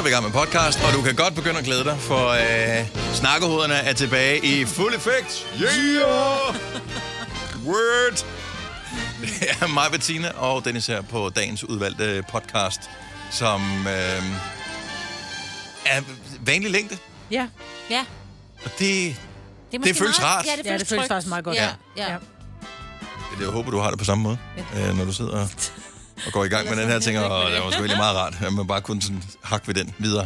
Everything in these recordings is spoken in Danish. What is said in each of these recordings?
er vi i gang med podcast, og du kan godt begynde at glæde dig, for snakkehovederne er tilbage i fuld effekt. Yeah! Word! Det er mig, Bettina, og Dennis her på dagens udvalgte podcast, som er vanlig længde. Ja. Ja. Og det føles rart. Ja, det føles faktisk meget godt. Ja. Det jeg håber, du har det på samme måde, når du sidder og går i gang med den her ting, og det er måske virkelig meget rart, at man bare kunne sådan hakke ved den videre.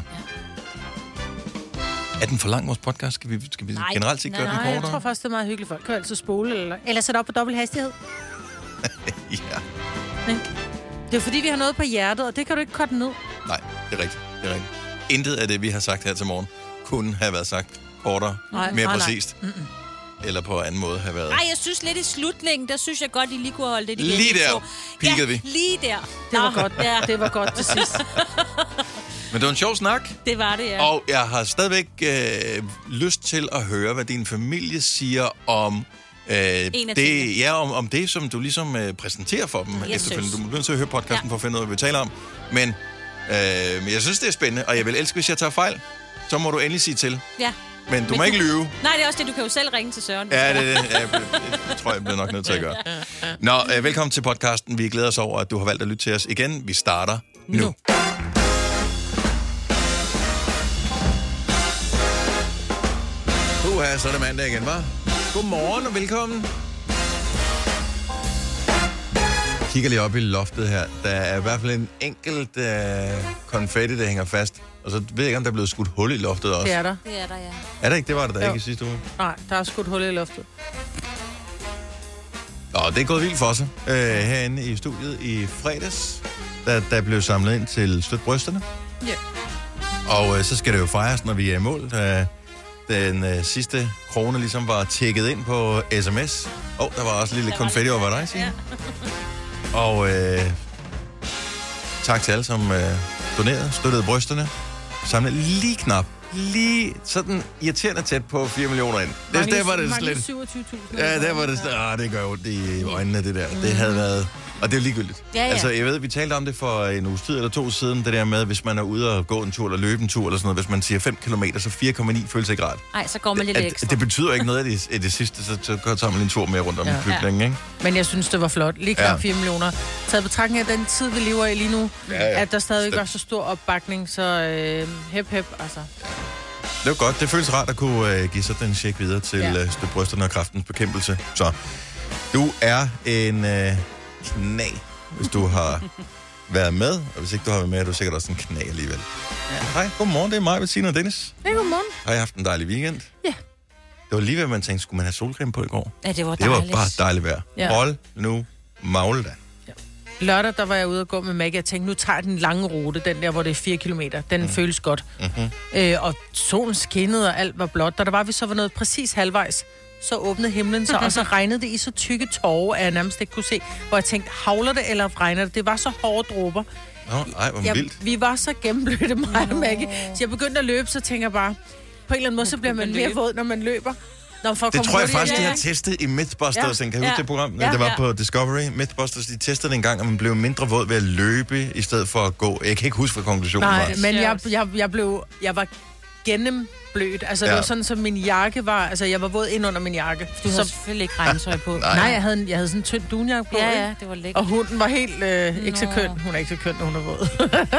Ja. Er den for lang, vores podcast? Skal vi generelt ikke gøre den kortere? Nej, jeg tror faktisk, det er meget hyggeligt. Folk kan altid spole, eller sætte op på dobbelt hastighed. Ja. Det er fordi, vi har noget på hjertet, og det kan du ikke korte ned. Nej, det er rigtigt. Intet af det, vi har sagt her til morgen, kunne have været sagt kortere, mere præcist. Eller på anden måde have været... Nej, jeg synes lidt i slutningen, der synes jeg godt, I lige kunne holde det. Lige der peakede vi. Lige der. Det var godt. Ja, det var godt til sidst. Men det var en sjov snak. Det var det, ja. Og jeg har stadigvæk lyst til at høre, hvad din familie siger om... om det, som du ligesom præsenterer for dem efterfølgende. Du må nødt til at høre podcasten for at finde ud af, hvad vi taler om. Men jeg synes, det er spændende, og jeg vil elske, hvis jeg tager fejl. Så må du endelig sige til. Ja. Men du må ikke lyve. Nej, det er også det. Du kan jo selv ringe til Søren. Ja, det er det. Jeg tror, jeg bliver nok nødt til at gøre. Nå, velkommen til podcasten. Vi glæder os over, at du har valgt at lytte til os igen. Vi starter nu. Så er det mandag igen, hva'? Godmorgen og velkommen. Jeg kigger lige op i loftet her. Der er i hvert fald en enkelt konfetti, der hænger fast. Og så ved jeg ikke, om der er blevet skudt hul i loftet også. Det er der. Det er der, ja. Er der ikke? Det var der ikke i sidste uge. Nej, der er skudt hul i loftet. Og det er gået vildt for sig herinde i studiet i fredags, der blev samlet ind til Støt Brysterne. Ja. Og så skal det jo fejres, når vi er i mål. Den sidste krone ligesom var tækket ind på sms. Der var også lidt konfetti over dig, Signe. Ja. Og tak til alle, som donerede, støttede brysterne. Samlede lige sådan irriterende tæt på 4 millioner ind. Der var det slet. 27.000. Ja, der var det slet. Det gør jo i øjnene, det der. Det havde været... Og det er jo ligegyldigt. Ja. Altså, jeg ved, vi talte om det for en uges tid eller 2 siden, det der med, hvis man er ude og gå en tur eller løbe en tur eller sådan noget, hvis man siger 5 kilometer, så 4,9 føles ikke rart. Nej, så går man lidt ekstra. Det betyder ikke noget af det sidste, så tager man lige en tur mere rundt om bygningen, ikke? Men jeg synes, det var flot. Lige knap 4 millioner. Taget betragtning af den tid, vi lever i lige nu, at der stadig ikke er så stor opbakning, så hep, altså. Det var godt. Det føles rart at kunne give sådan en check videre til Støt Brysterne og Kræftens Bekæmpelse. Så du er en knæ, hvis du har været med. Og hvis ikke du har været med, er du sikkert også en knæ alligevel. Ja. Hej, godmorgen. Det er mig, Bettina og Dennis. Ja, godmorgen. Har I haft en dejlig weekend? Ja. Det var lige ved, man tænkte, skulle man have solcreme på i går? Ja, det var dejligt. Det var bare dejligt vejr. Ja. Hold nu magle da. Lørdag, der var jeg ude og gå med Maggie, og tænkte, nu tager jeg den lange rute, den der, hvor det er 4 kilometer. Den føles godt. Og solen skinnede, og alt var blåt. Da der var, vi så var noget præcis halvvejs, så åbnede himlen sig, og så regnede det i så tykke tårer, at jeg nærmest ikke kunne se. Hvor jeg tænkte, havler det eller regner det? Det var så hårde dråber. Ej, hvor vildt. Vi var så gennemblødte, mig og Maggie. Så jeg begyndte at løbe, så tænker jeg bare, på en eller anden måde, så bliver man mere våd, når man løber. Det tror jeg faktisk, de har testet i Mythbusters. Kan du huske det program? Det var på Discovery. Mythbusters, de testede det en gang, og man blev mindre våd ved at løbe, i stedet for at gå. Jeg kan ikke huske, hvad konklusionen var. Nej, men jeg var gennemblødt. Altså, det var sådan, som min jakke var... Altså, jeg var våd ind under min jakke. Du havde selvfølgelig ikke regntøj på. Nej, jeg havde sådan en tynd dunjakke på. Ja, det var lækkert. Og hunden var helt ikke så køn. Hun er ikke så køn, når hun er våd.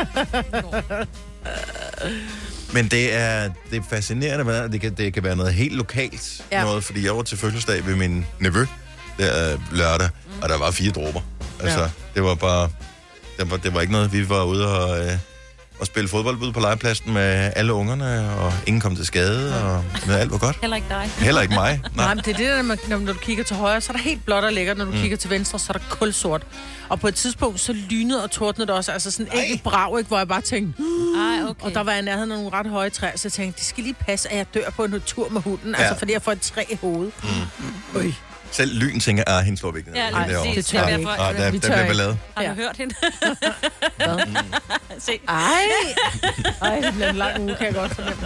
Men det er fascinerende, hvordan det kan være noget helt lokalt. Noget, fordi jeg var til fødselsdag ved min nevø der lørdag, og der var 4 dråber. Altså, det var bare... Det var ikke noget, vi var ude og spille fodbold ude på legepladsen med alle ungerne, og ingen kom til skade, og alt var godt. Heller ikke dig. Heller ikke mig. Nej, men det er det der, når du kigger til højre, så er der helt blåt og lækkert. Når du kigger til venstre, så er der kulsort. Og på et tidspunkt, så lynede og tordnede det også. Altså sådan en enkelt brag, ikke, hvor jeg bare tænkte... Okay. Og der var jeg nærheden af nogle ret høje træer, så jeg tænkte, det skal lige passe, at jeg dør på en tur med hunden. Altså, fordi jeg får et træ i hovedet. Selv lyn tænker, hende slår vi ikke ned. Ja, det tør vi ikke. Der bliver ballade. Har du hørt hende? Hvad? Se. Ej, det bliver en lang uge, kan jeg godt fornemme.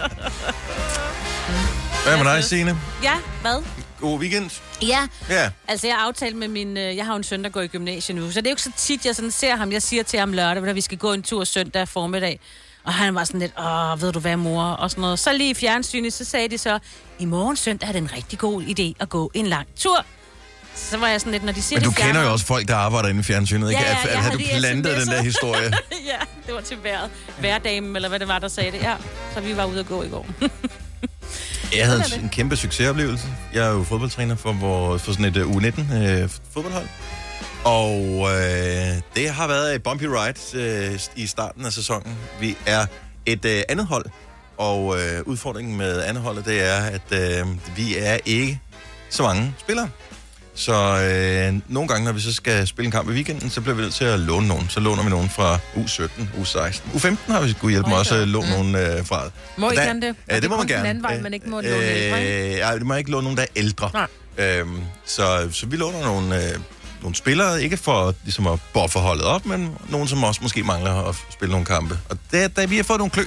Hvad med dig, Signe? Ja, hvad? God weekend. Ja, altså jeg har aftalt med min... Jeg har jo en søn, der går i gymnasiet nu, så det er jo ikke så tit, jeg sådan ser ham. Jeg siger til ham lørdag, at vi skal gå en tur søndag formiddag. Og han var sådan lidt, ved du hvad, mor? Og sådan noget. Så lige i fjernsynet, så sagde de så, i morgen søndag er det en rigtig god idé at gå en lang tur. Så var jeg sådan lidt, når de siger men det du kender jo også folk, der arbejder inde i fjernsynet, ikke? Ja, Har du plantet den der historie? Ja, det var til hverdagen, eller hvad det var, der sagde det. Ja, så vi var ude at gå i går. Jeg havde en kæmpe succesoplevelse. Jeg er jo fodboldtræner for sådan et U19 fodboldhold. Og det har været et bumpy ride i starten af sæsonen. Vi er et andet hold, og udfordringen med andet holdet, det er, at vi er ikke så mange spillere. Så nogle gange, når vi så skal spille en kamp i weekenden, så bliver vi nødt til at låne nogen. Så låner vi nogen fra U17, U16. U15 har vi kunne hjælpe mig også at låne nogen fra. Må I gerne det? Ja, det må man gerne. Den anden vej, man ikke må låne ældre, ikke? Ja, det må ikke låne nogen, der er ældre. Så vi låner nogle spillere, ikke for ligesom at buffe holdet op, men nogen, som også måske mangler at spille nogle kampe. Og da vi har fået nogle klø.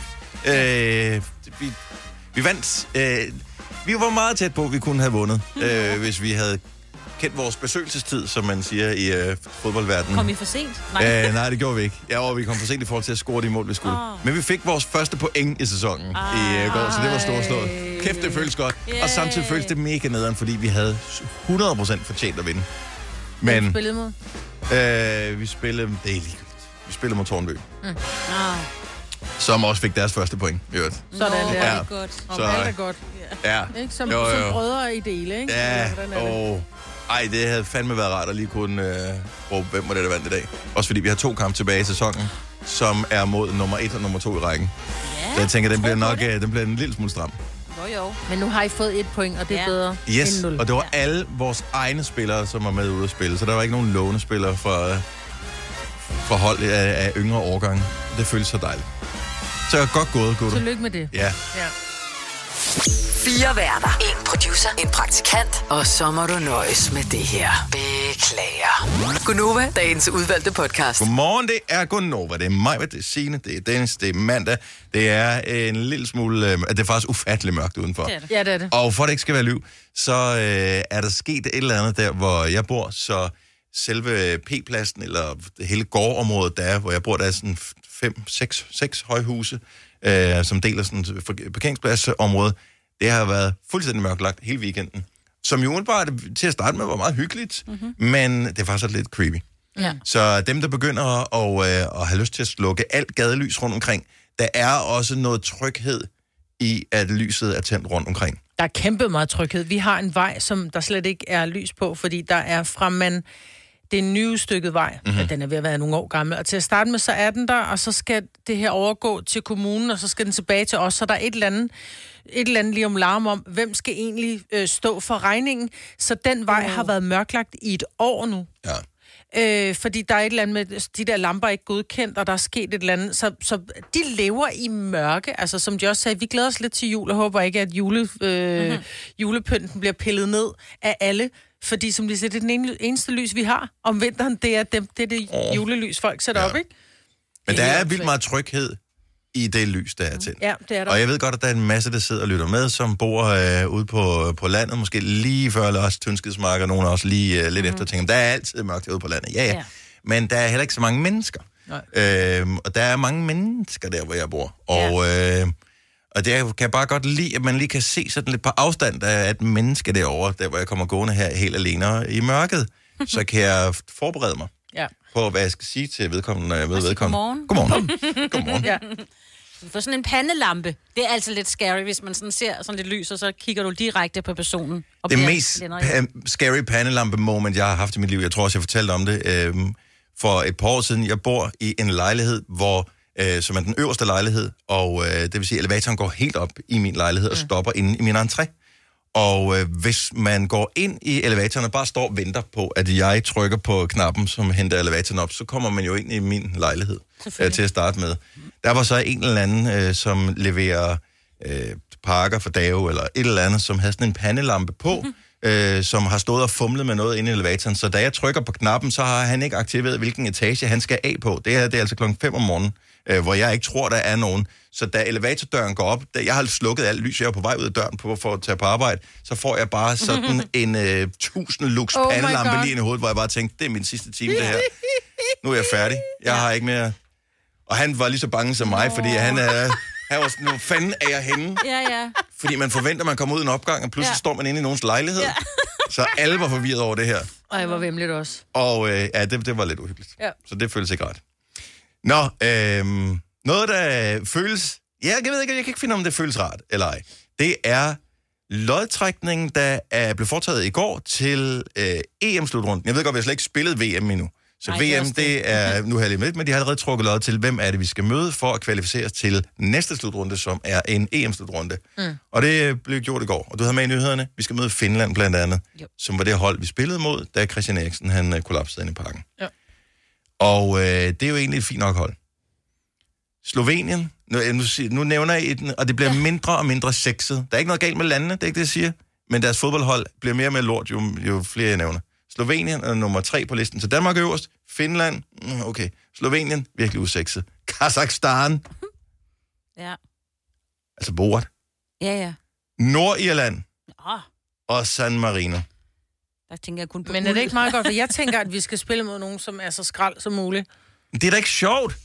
Vi vandt. Vi var meget tæt på, at vi kunne have vundet, hvis vi havde kendt vores besøgelsestid, som man siger i fodboldverdenen. Kom I for sent? Nej, det gjorde vi ikke. Vi kom for sent i forhold til at score de mål, vi skulle. Men vi fik vores første point i sæsonen i går, så det var storslået. Kæft, det føles godt. Og samtidig føles det mega nederen, fordi vi havde 100% fortjent at vinde. Men spillede mod? vi spillede... Det er ligegyldigt. Vi spillede mod Tornby. Som også fik deres første point, i øvrigt. Sådan der. Det er godt. Så alt er godt. Ja. Ikke? Som brødre i dele, ikke? Ja, ej, det havde fandme været rart at lige kunne råbe, hvem var det, der vandt i dag. Også fordi vi har 2 kampe tilbage i sæsonen, som er mod nummer 1 og nummer 2 i rækken. Ja, så jeg tænker, den bliver en lille smule stram. Jo. Men nu har I fået 1 point, og det er bedre end 0. Og det var alle vores egne spillere, som var med ude at spille. Så der var ikke nogen lånespillere fra hold af yngre årgange. Det føles så dejligt. Så godt gået, gutter. Tillykke med det. Ja. 4 værter. 1 producer. 1 praktikant. Og så må du nøjes med det her. Beklager. Gunova, dagens udvalgte podcast. Godmorgen, det er Gunova. Det er mig, det er Signe, det er Dennis, det er mandag. Det er en lille smule... det er faktisk ufatteligt mørkt udenfor. Det er det. Ja, det er det. Og for at det ikke skal være lyv, så er der sket et eller andet der, hvor jeg bor, så selve P-pladsen, eller det hele gårdområdet, der er, hvor jeg bor, der er sådan 5-6 højhuse, som deler sådan et parkeringspladsområde. Det har været fuldstændig mørklagt hele weekenden. Som jo umiddelbart til at starte med var meget hyggeligt, men det er faktisk lidt creepy. Ja. Så dem, der begynder at have lyst til at slukke alt gadelys rundt omkring, der er også noget tryghed i, at lyset er tændt rundt omkring. Der er kæmpe meget tryghed. Vi har en vej, som der slet ikke er lys på, fordi der er det er en nyudstykket vej, men den er ved at være nogle år gammel. Og til at starte med, så er den der, og så skal det her overgå til kommunen, og så skal den tilbage til os. Så der er et eller andet lige om larm om, hvem skal egentlig stå for regningen. Så den vej har været mørklagt i 1 år nu. Ja. Fordi der er et eller andet med, de der lamper er ikke godkendt, og der er sket et eller andet. Så de lever i mørke. Altså, som de også sagde, vi glæder os lidt til jul, og håber ikke, at julepynten bliver pillet ned af alle. Fordi, som de siger, det er den eneste lys, vi har om vinteren. Det er det julelys, folk sætter op, ikke? Men der er vildt meget tryghed i det lys, der er til. Ja, det er der. Og jeg ved godt, at der er en masse, der sidder og lytter med, som bor ude på landet, måske lige før eller også Tønskidsmark, og nogen også lige lidt efter tænker, der er altid mørkt ude på landet. Ja. Men der er heller ikke så mange mennesker. Og der er mange mennesker der, hvor jeg bor. Og det kan jeg bare godt lide, at man lige kan se sådan lidt på afstand, der er et menneske derovre, der hvor jeg kommer gående her helt alene i mørket. Så kan jeg forberede mig på, hvad jeg skal sige til vedkommende. Godmorgen. Godmorgen. Ja. For sådan en pandelampe, det er altså lidt scary, hvis man sådan ser sådan lidt lys, og så kigger du direkte på personen. Og det mest scary pandelampe-moment, jeg har haft i mit liv, jeg tror også, jeg fortalte om det, for et par år siden. Jeg bor i en lejlighed, som er den øverste lejlighed, og det vil sige, at elevatoren går helt op i min lejlighed og stopper inde i min entré. Og hvis man går ind i elevatoren og bare står og venter på, at jeg trykker på knappen, som henter elevatoren op, så kommer man jo ind i min lejlighed til at starte med. Der var så en eller anden, som leverer pakker for Dave, eller et eller andet, som havde sådan en pandelampe på, som har stået og fumlet med noget inde i elevatoren. Så da jeg trykker på knappen, så har han ikke aktiveret, hvilken etage han skal af på. Det er altså 5:00 om morgenen, hvor jeg ikke tror, der er nogen. Så da elevatordøren går op, da jeg har slukket alt lys, jeg er på vej ud af døren for at tage på arbejde, så får jeg bare sådan en 1000 lux pandelampe lige ind i hovedet, hvor jeg bare tænkte, det er min sidste time, det her. Nu er jeg færdig. Jeg har ikke mere. Og han var lige så bange som mig, fordi han var sådan, hvor fanden er jeg henne? Ja. Fordi man forventer, at man kommer ud i en opgang, og pludselig står man inde i nogens lejlighed. Ja. Så alle var forvirret over det her. Og jeg var vemmeligt også. Og det var lidt uhyggeligt. Ja. Så det føles ikke ret. Nå, noget, der føles... Ja, jeg ved ikke, jeg kan ikke finde, om det føles rart eller ej. Det er lodtrækningen, der blev foretaget i går til EM-slutrunden. Jeg ved godt, vi har slet ikke spillet VM endnu. Så VM, det er nu her lige med, men de har allerede trukket lod til, hvem er det, vi skal møde for at kvalificere os til næste slutrunde, som er en EM-slutrunde. Og det blev gjort i går. Og du havde med i nyhederne, vi skal møde Finland blandt andet, som var det hold, vi spillede mod, da Christian Eriksen han kollapsede ind i parken. Ja. Og det er jo egentlig et fint nok hold. Slovenien, nu nævner jeg den, og det bliver mindre og mindre sexet. Der er ikke noget galt med landene, det er ikke det, jeg siger, men deres fodboldhold bliver mere og mere lort, jo flere jeg nævner. Slovenien er nummer 3 på listen. Så Danmark er øverst. Finland, okay. Slovenien, virkelig usexet. Kazakhstan. Ja. Altså Borat. Ja. Nordirland. Og San Marino. Der tænker jeg kun på Men er det ikke meget godt, for jeg tænker, at vi skal spille mod nogen, som er så skrald som muligt. Det er da ikke sjovt.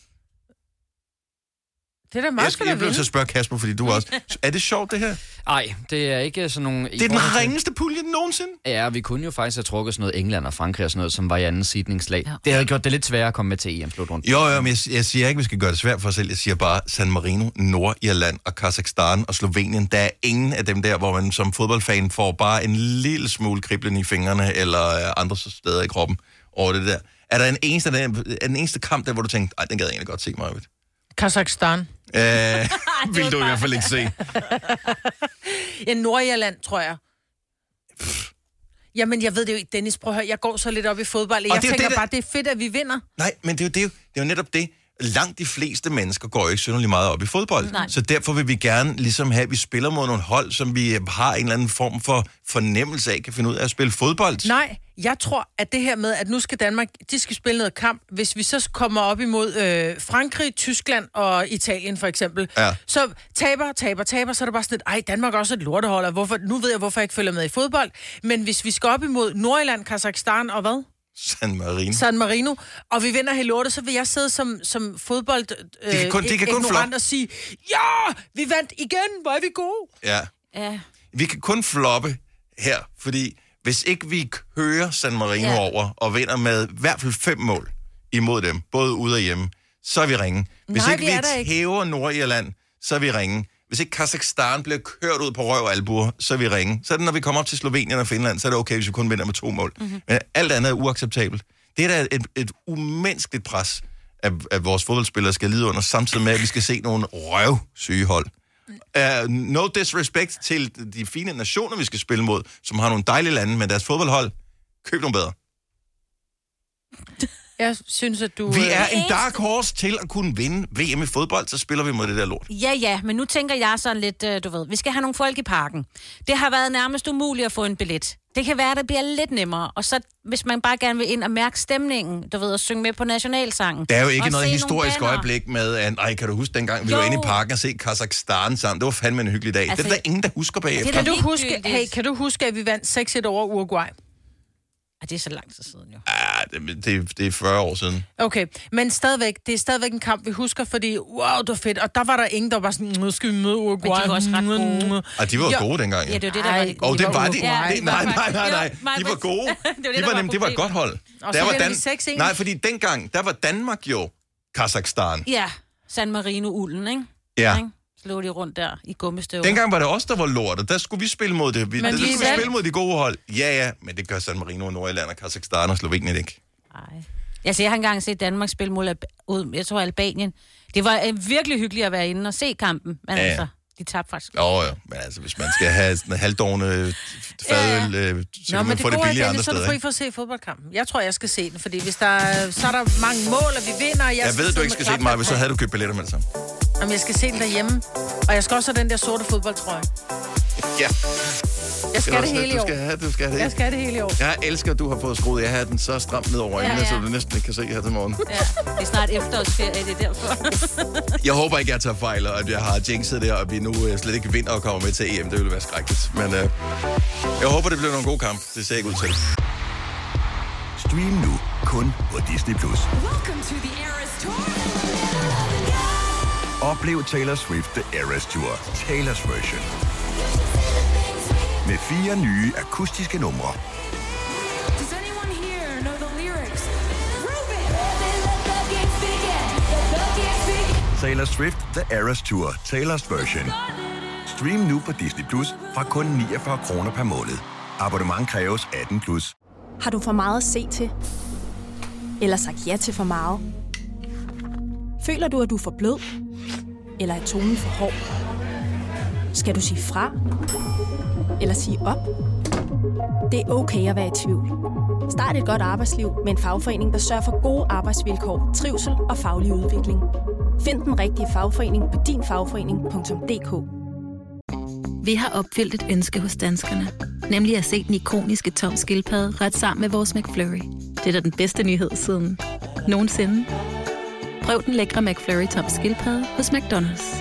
Det er da meget fedt at Jeg bliver så spørge Kasper, fordi du også... Er det sjovt, det her? Nej, det er ikke sådan nogle... Det er den ringeste pulje nogensinde. Ja, vi kunne jo faktisk have trukket sådan noget England og Frankrig og sådan noget, som var i anden seedningslag. Ja. Det havde gjort det lidt sværere at komme med til EM-slutrunden. Jo, men jeg siger ikke, vi skal gøre det svært for os selv. Jeg siger bare San Marino, Nordirland og Kazakhstan og Slovenien. Der er ingen af dem der, hvor man som fodboldfan får bare en lille smule kriblen i fingrene eller andre steder i kroppen over det der. Er der en eneste kamp der, hvor du tænkte, den gad jeg egentlig godt se mig ud? Kazakhstan. Vil du i hvert fald ikke se. Ja, Nordirland, tror jeg. Jamen, jeg ved det jo ikke, Dennis, prøv at høre, jeg går så lidt op i fodbold. Jeg tænker bare, det er fedt, at vi vinder. Nej, men det er jo netop det. Langt de fleste mennesker går jo ikke synderligt meget op i fodbold. Nej. Så derfor vil vi gerne ligesom have, at vi spiller mod nogle hold, som vi har en eller anden form for fornemmelse af, kan finde ud af at spille fodbold. Nej, jeg tror, at det her med, at nu skal Danmark, de skal spille noget kamp. Hvis vi så kommer op imod Frankrig, Tyskland og Italien for eksempel, så taber, så er det bare sådan et, Danmark er også et lortehold, nu ved jeg, hvorfor jeg ikke følger med i fodbold. Men hvis vi skal op imod Nordirland, Kazakhstan og hvad? San Marino. Og vi vinder helt lortet, så vil jeg sidde som fodbold ignorant og sige, ja, vi vandt igen, hvor er vi gode. Ja. Vi kan kun floppe her, fordi hvis ikke vi kører San Marino over og vinder med i hvert fald 5 mål imod dem, både ude og hjemme, så er vi ringe. Hvis ikke vi hæver Nordirland, så er vi ringe. Hvis ikke Kazakhstan bliver kørt ud på røv og albuer, så er vi ringe. Så er det, når vi kommer op til Slovenien og Finland, så er det okay, hvis vi kun vinder med 2 mål. Mm-hmm. Men alt andet er uacceptabelt. Det er da et umenneskeligt pres, at vores fodboldspillere skal lide under, samtidig med, at vi skal se nogle røvsyge hold. No disrespect til de fine nationer, vi skal spille mod, som har nogle dejlige lande, men deres fodboldhold, køb nogle bedre. Jeg synes, at du... Vi er en dark horse til at kunne vinde VM i fodbold, så spiller vi mod det der lort. Ja, men nu tænker jeg sådan lidt, vi skal have nogle folk i parken. Det har været nærmest umuligt at få en billet. Det kan være, at det bliver lidt nemmere. Og så, hvis man bare gerne vil ind og mærke stemningen, og synge med på nationalsangen. Der er jo ikke noget historisk øjeblik med, at kan du huske dengang, vi var inde i parken og se Kazakhstan sammen. Det var fandme en hyggelig dag. Altså, det er der ingen, der husker bagefter. Kan du huske, at vi vandt 6-1 over Uruguay? Det er så lang tid siden, jo. Det er 40 år siden. Okay, men det er stadigvæk en kamp, vi husker, fordi wow, det var fedt. Og der var der ingen, der var sådan, nu skal vi møde Uruguay. Men de var også ret gode. Og de var gode dengang, ja. Ja, det var det, der var de gode. Og det var de. Nej. De var gode. Det var et godt hold. Og så var det 6-1. Nej, fordi dengang, der var Danmark jo Kazakhstan. Ja, San Marino-ulden, ikke? Ja. Slå de rundt der i gummistøvler. Dengang var det os, der var lort, og der skulle vi spille mod det. Der skulle vi spille mod de gode hold. Ja, men det gør San Marino, Nordirland og Kazakhstan og Slovenien ikke. Nej. Jeg har engang set Danmark spille mod, jeg tror, Albanien. Det var virkelig hyggeligt at være inde og se kampen, men altså, de tabte faktisk. Jo, men altså, hvis man skal have sådan en halvdårende fadøl, så kan man få det billigere andre steder. Så er du fri for at se fodboldkampen. Jeg tror, jeg skal se den, fordi hvis så er der mange mål, og vi vinder, og jeg ved, du ikke skal se den, Maja, så havde du købt billetter med det samme. Jamen, jeg skal se den derhjemme. Og jeg skal også have den der sorte fodboldtrøje. Ja. Jeg skal det hele i år. Du skal have det. Jeg skal det hele i år. Jeg elsker, at du har fået skruet. Jeg har den så stramt ned over øjnene, så du næsten ikke kan se her til morgen. Ja, det er snart efterårsferie, det er derfor. Jeg håber ikke, jeg tager fejl, og at jeg har jinxet det, og at vi nu slet ikke vinder og kommer med til EM. Det ville være skrækkeligt. Men jeg håber, det bliver nogle gode kamp. Det ser ikke ud til. Stream nu kun på Disney+. Welcome to the Eras Tour. Oplev Taylor Swift The Eras Tour, Taylor's version. Med 4 nye akustiske numre. Taylor Swift The Eras Tour, Taylor's version. Stream nu på Disney Plus fra kun 49 kroner per måned. Abonnement kræves 18+. Har du for meget at se til? Eller sagt ja til for meget? Føler du, at du er for blød? Eller er tonen for hård? Skal du sige fra? Eller sige op? Det er okay at være i tvivl. Start et godt arbejdsliv med en fagforening, der sørger for gode arbejdsvilkår, trivsel og faglig udvikling. Find den rigtige fagforening på dinfagforening.dk. Vi har opfyldt et ønske hos danskerne. Nemlig at se den ikoniske Tom Skildpadde ret sammen med vores McFlurry. Det er da den bedste nyhed siden nogensinde. Prøv den lækre McFlurry Tom Skildpadde hos McDonald's.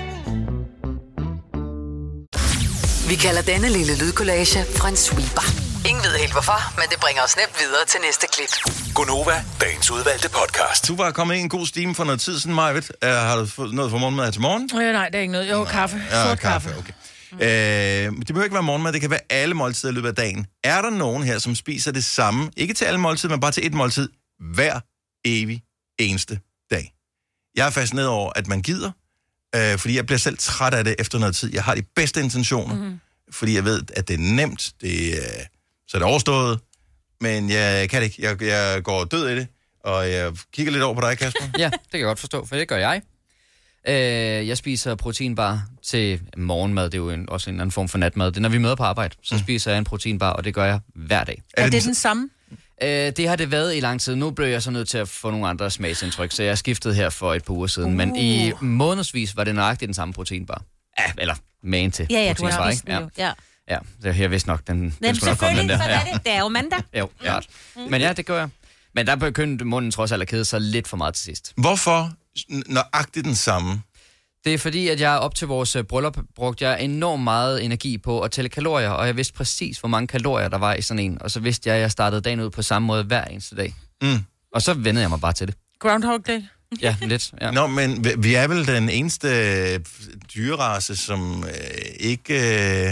Vi kalder denne lille lydkollage en sweeper. Ingen ved helt hvorfor, men det bringer os nemt videre til næste klip. Gonova, dagens udvalgte podcast. Du var kommet i en god stime for noget tid siden, Majvidt. Har du fået noget for morgenmad her til morgen? Nej, det er ikke noget. Jo, kaffe. Ja, kaffe. Okay. Det behøver ikke være morgenmad, det kan være alle måltider i løbet af dagen. Er der nogen her, som spiser det samme, ikke til alle måltider, men bare til et måltid, hver evig eneste dag? Jeg er fascineret over, at man gider, fordi jeg bliver selv træt af det efter noget tid. Jeg har de bedste intentioner, fordi jeg ved, at det er nemt, så er det overstået, men jeg kan det ikke. Jeg går død i det, og jeg kigger lidt over på dig, Kasper. Ja, det kan jeg godt forstå, for det gør jeg. Jeg spiser proteinbar til morgenmad, det er jo også en anden form for natmad. Det er, når vi møder på arbejde, så spiser jeg en proteinbar, og det gør jeg hver dag. Er det den samme? Det har det været i lang tid. Nu blev jeg så nødt til at få nogle andre smagsindtryk, så jeg skiftede her for et par uger siden. Men i månedsvis var det nøjagtigt den samme proteinbar. Ja, eller magen til proteinbar, du har spist den jo. Ja, det er vist nok, den skulle nok komme, den der. Det er jo mandag. Jo, ja. Men ja, det gør jeg. Men der begyndte munden trods alt at kede sig lidt for meget til sidst. Hvorfor nøjagtigt den samme? Det er fordi, at jeg op til vores bryllup brugte jeg enormt meget energi på at tælle kalorier, og jeg vidste præcis, hvor mange kalorier der var i sådan en. Og så vidste jeg, at jeg startede dagen ud på samme måde hver eneste dag. Og så vendede jeg mig bare til det. Groundhog Day? Ja, lidt. Ja. Nå, men vi er vel den eneste dyrerace, som ikke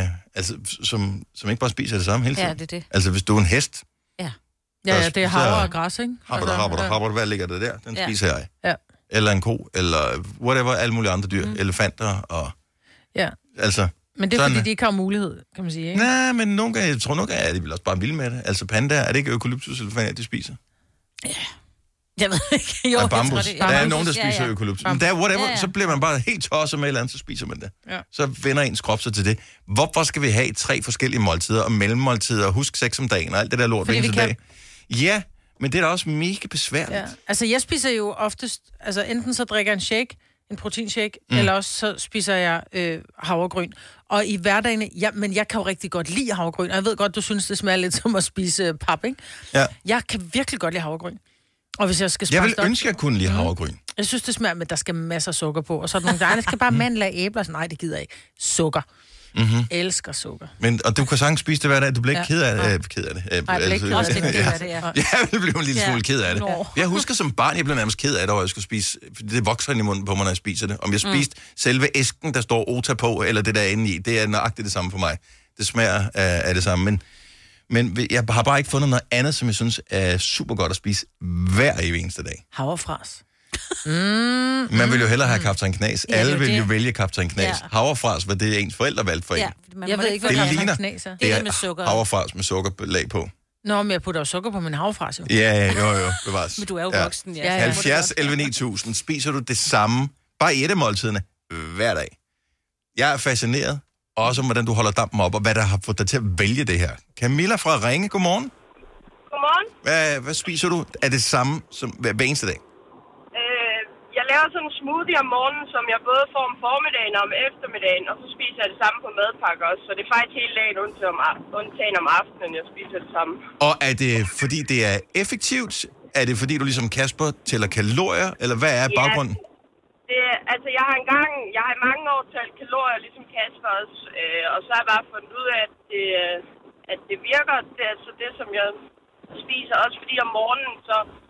som ikke bare spiser det samme hele tiden. Ja, det er det. Altså, hvis du er en hest... Ja, det er havre og græs, ikke? Havre, hvad ligger det der? Den spiser jeg. Ja. Eller en ko, eller whatever, alle mulige andre dyr. Elefanter og... Ja. Altså... Men det er, fordi de ikke har mulighed, kan man sige, ikke? Nej, men nogle gange, jeg tror nogle gange, er de vil også bare vilde med det. Altså pandaer, er det ikke eukalyptus-elefanter, de spiser? Ja. Jeg ved ikke. Jo, og bambus. Jeg tror, der er nogen, der spiser eukalyptus. Men der er whatever, så bliver man bare helt tosset med et eller andet, så spiser man det. Ja. Så vender ens krop sig til det. Hvorfor skal vi have 3 forskellige måltider og mellemmåltider og husk 6 om dagen og alt det der lort hver eneste dag? Ja, men det er da også mega besværligt. Ja. Altså, jeg spiser jo oftest... Altså, enten så drikker jeg en shake, en proteinshake, eller også så spiser jeg havregryn. Og i hverdagen... Ja, men jeg kan jo rigtig godt lide havregryn. Og jeg ved godt, du synes, det smager lidt som at spise pap, ikke? Ja. Jeg kan virkelig godt lide havregryn. Og hvis jeg skal vil ønske, at jeg kunne lide havregryn. Jeg synes, det smager med, at der skal masser af sukker på. Og så er der nogle der skal bare mandler og æbler. Så, nej, det gider jeg ikke. Sukker. Elsker sukker. Men, og du kan sagtens spise det hver dag. Du bliver ikke ked af det. Ked af det. Nej, jeg bliver også lidt ked af det, ja. Jeg vil blive en lille smule ked af det. Jeg husker som barn, jeg blev nærmest ked af det, og jeg skulle spise, fordi det vokser ind i munden på mig, når jeg spiser det. Om jeg spiste selve æsken, der står Ota på, eller det der inde i, det er nøjagtigt det samme for mig. Det smager af det samme, men jeg har bare ikke fundet noget andet, som jeg synes er super godt at spise hver eneste dag. Havrefras. Man vil jo hellere have Kaptajn Knas. Alle vil jo vælge Kaptajn Knas. Ja. Havrefras, hvad det ens forældre valgte for en. Jeg ved ikke, hvad Kaptajn Knas er. Det er med sukker. Havrefras med sukkerlag på. Nå, men jeg putter jo sukker på min havrefras, jo. Ja, jo, bevares. Men du er jo voksen, ja. 70, 11, 9000. Spiser du det samme, bare i etmåltiderne, hver dag? Jeg er fascineret, også om, hvordan du holder dampen op, og hvad der har fået dig til at vælge det her. Camilla fra Ringe, godmorgen. Godmorgen. Hvad spiser du? Er det samme som hver eneste dag? Jeg laver sådan en smoothie om morgenen, som jeg både får om formiddagen og om eftermiddagen, og så spiser jeg det samme på madpakke også. Så det er faktisk hele dagen undtagen om aftenen, jeg spiser det samme. Og er det fordi det er effektivt? Er det fordi du ligesom Kasper tæller kalorier? Eller hvad er baggrunden? Altså jeg har i mange år talt kalorier, ligesom Kasper også. Og så har jeg bare fundet ud af, at det virker. Det er altså det, som jeg spiser. Også fordi om morgenen, så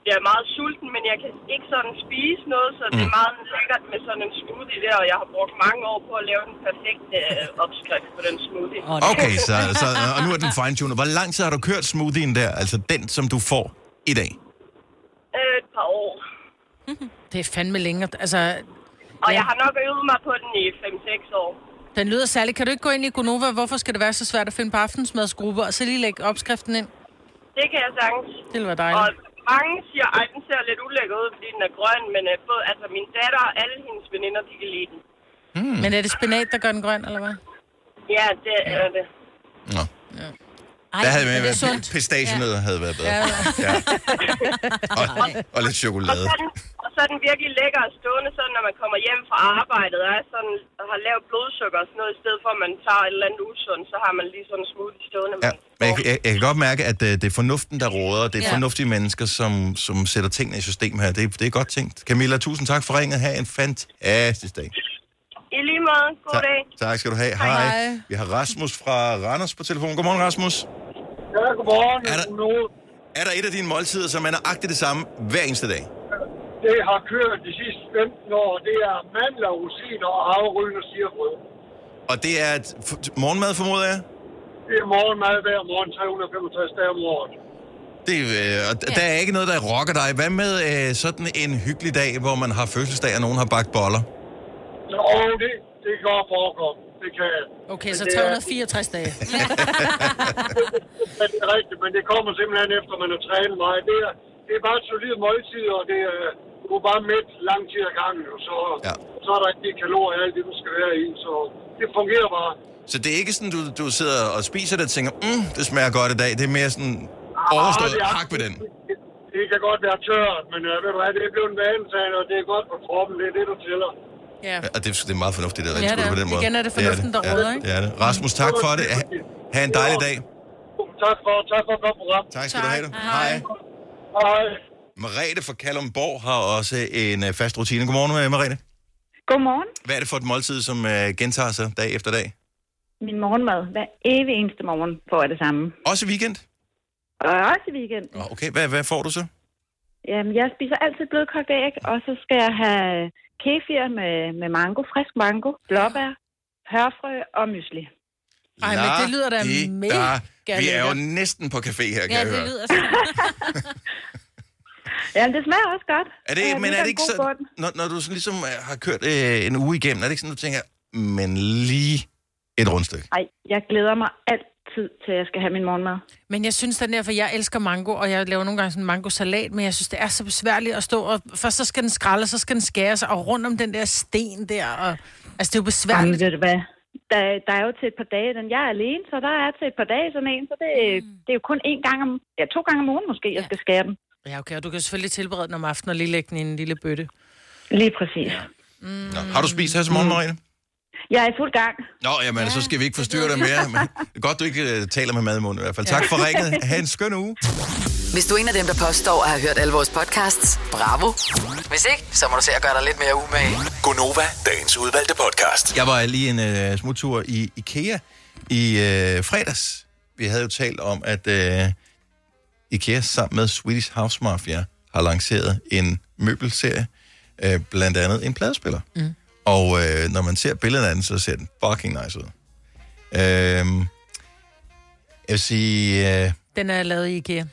bliver meget sulten, men jeg kan ikke sådan spise noget, så det er meget lækkert med sådan en smoothie der, og jeg har brugt mange år på at lave den perfekte opskrift på den smoothie. Okay, og nu er den fine-tunet. Hvor lang tid har du kørt smoothien der? Altså den, som du får i dag? Et par år. Det er fandme længere. Altså, og jeg har nok øvet mig på den i 5-6 år. Den lyder særlig. Kan du ikke gå ind i Gonova? Hvorfor skal det være så svært at finde på aftensmadsgrupper, og så lige lægge opskriften ind? Det kan jeg sagtens. Det vil være dejligt. Og mange siger, at den ser lidt ulækker ud, fordi den er grøn, men både, altså min datter og alle hendes veninder, de kan lide den. Men er det spinat, der gør den grøn, eller hvad? Ja, det er det. Nå. Ja. Der havde været pistagenødder havde været bedre. Ja. Og lidt chokolade. Og så er den virkelig lækker og stående, sådan når man kommer hjem fra arbejdet og har lavt blodsukker og sådan noget, i stedet for at man tager et eller andet usundt, så har man lige sådan en smoothie stående. Ja, men jeg kan godt mærke, at det er fornuften, der råder. Det er fornuftige mennesker, som sætter tingene i system her. Det er godt tænkt. Camilla, tusind tak for ringet. Ha' en fantastisk dag. I lige måde. God dag. Tak skal du have. Hej. Vi har Rasmus fra Randers på telefon. Godmorgen, Rasmus. Ja, godmorgen. Er der et af dine måltider, som er nøjagtigt det samme hver eneste dag? Det har kørt de sidste 15 år. Det er mandler, rosiner og havregryn og sirbrød. Og det er et morgenmad, formoder jeg? Det er morgenmad hver morgen, 365 dage om året. Der er ikke noget, der rokker dig. Hvad med sådan en hyggelig dag, hvor man har fødselsdag, og nogen har bagt boller? Så det går forekomme. Det kan jeg. Okay, så 364 dage. Det er rigtigt, men det kommer simpelthen efter, man har trænet meget. Det er bare et solidt måltid, og du er bare mæt lang tid ad gangen, og så er der ikke de kalorier, alt det, du skal være i, så det fungerer bare. Så det er ikke sådan, du sidder og spiser det og tænker, det smager godt i dag. Det er mere sådan overstået hak ved den. Det kan godt være tørt, men ved du hvad, det er blevet en vanesag, og det er godt for kroppen, det er det, du tæller. Ja. Og det er meget fornuftigt, det er på den måde. Igen er det fornuften, der råder, ikke? Det er det. Rasmus, tak for det. Ha' en dejlig dag. Tak for et godt program. Tak skal du have. Hej. Merete fra Kalundborg har også en fast rutine. Godmorgen, Merete. Godmorgen. Hvad er det for et måltid, som gentager sig dag efter dag? Min morgenmad. Hver evig eneste morgen får jeg det samme. Også weekend? Også weekend. Okay, hvad får du så? Jamen, jeg spiser altid blødkogt æg, og så skal jeg have kefir med mango, frisk mango, blåbær, hørfrø og mysli. Ej, men det lyder da mega vi er jo næsten på café her, kan jeg høre. Det lyder sådan. Jamen, det smager også godt. Men er det ikke så, når du sådan ligesom har kørt en uge igennem, er det ikke sådan, du tænker, men lige et rundstykke? Nej, jeg glæder mig altid til, at jeg skal have min morgenmad. Men jeg synes den der, for jeg elsker mango, og jeg laver nogle gange sådan en mangosalat, men jeg synes, det er så besværligt at stå, og først så skal den skralde, så skal den skæres, og rundt om den der sten der, og altså det er jo besværligt. Jamen, ved du hvad? Der er jo til et par dage, jeg er alene, så der er til et par dage sådan en, så det er jo kun 2 gange om ugen måske, jeg skal skære den. Ja, okay, og du kan selvfølgelig tilberede den om aftenen og lige lægge den i en lille bøtte. Lige præcis. Ja. Nå, har du spist her til morgen, Marine? Jeg er i fuld gang. Nå, jamen, så skal vi ikke forstyrre dig mere. Men det er godt, du ikke taler med mad i munden i hvert fald. Tak for ringet. Ha' en skøn uge. Hvis du er en af dem, der påstår at have hørt alle vores podcasts, bravo. Hvis ikke, så må du se at gøre dig lidt mere umage. Gonova, dagens udvalgte podcast. Jeg var lige en smuttur i IKEA i fredags. Vi havde jo talt om, at IKEA sammen med Swedish House Mafia har lanceret en møbelserie, blandt andet en pladespiller. Mm. Og når man ser billederne af den, så ser den fucking nice ud. Jeg vil sige... den er lavet i IKEA.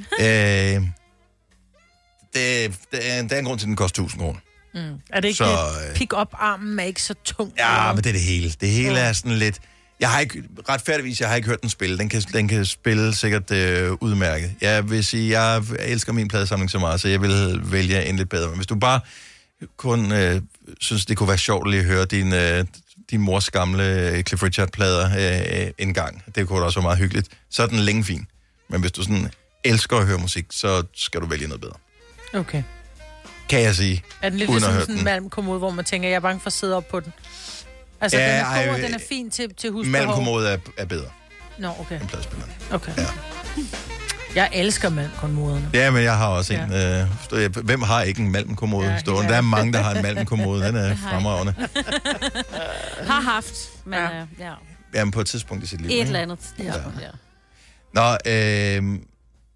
Der er en grund til, at den koster 1.000 kroner. Mm. Er det ikke pick-up-armen er ikke så tung? Ja, men det er det hele. Det hele er sådan lidt... Jeg har ikke hørt den spille. Den kan spille sikkert udmærket. Jeg vil sige, jeg elsker min pladesamling så meget, så jeg vil vælge en lidt bedre. Men hvis du bare kun synes, det kunne være sjovt lige at høre din mors gamle Cliff Richard-plader en gang, det kunne da også være meget hyggeligt, så er den længe fin. Men hvis du sådan elsker at høre musik, så skal du vælge noget bedre. Okay. Kan jeg sige. Er den lidt ligesom sådan en malmkommode, hvor man tænker, jeg er bange for at sidde op på den? Altså, ja, den er fin til husbehov. Malmkommode er bedre. Nå, okay. End pladespilleren. Okay. Ja. Jeg elsker malmkommoderne. Ja, men jeg har også en. Hvem har ikke en malmkommode stående? Der er mange, der har en malmkommode. Den er fremragende. Har haft, men ja. Jamen, på et tidspunkt i sit liv. Et eller andet. Ja. Nå,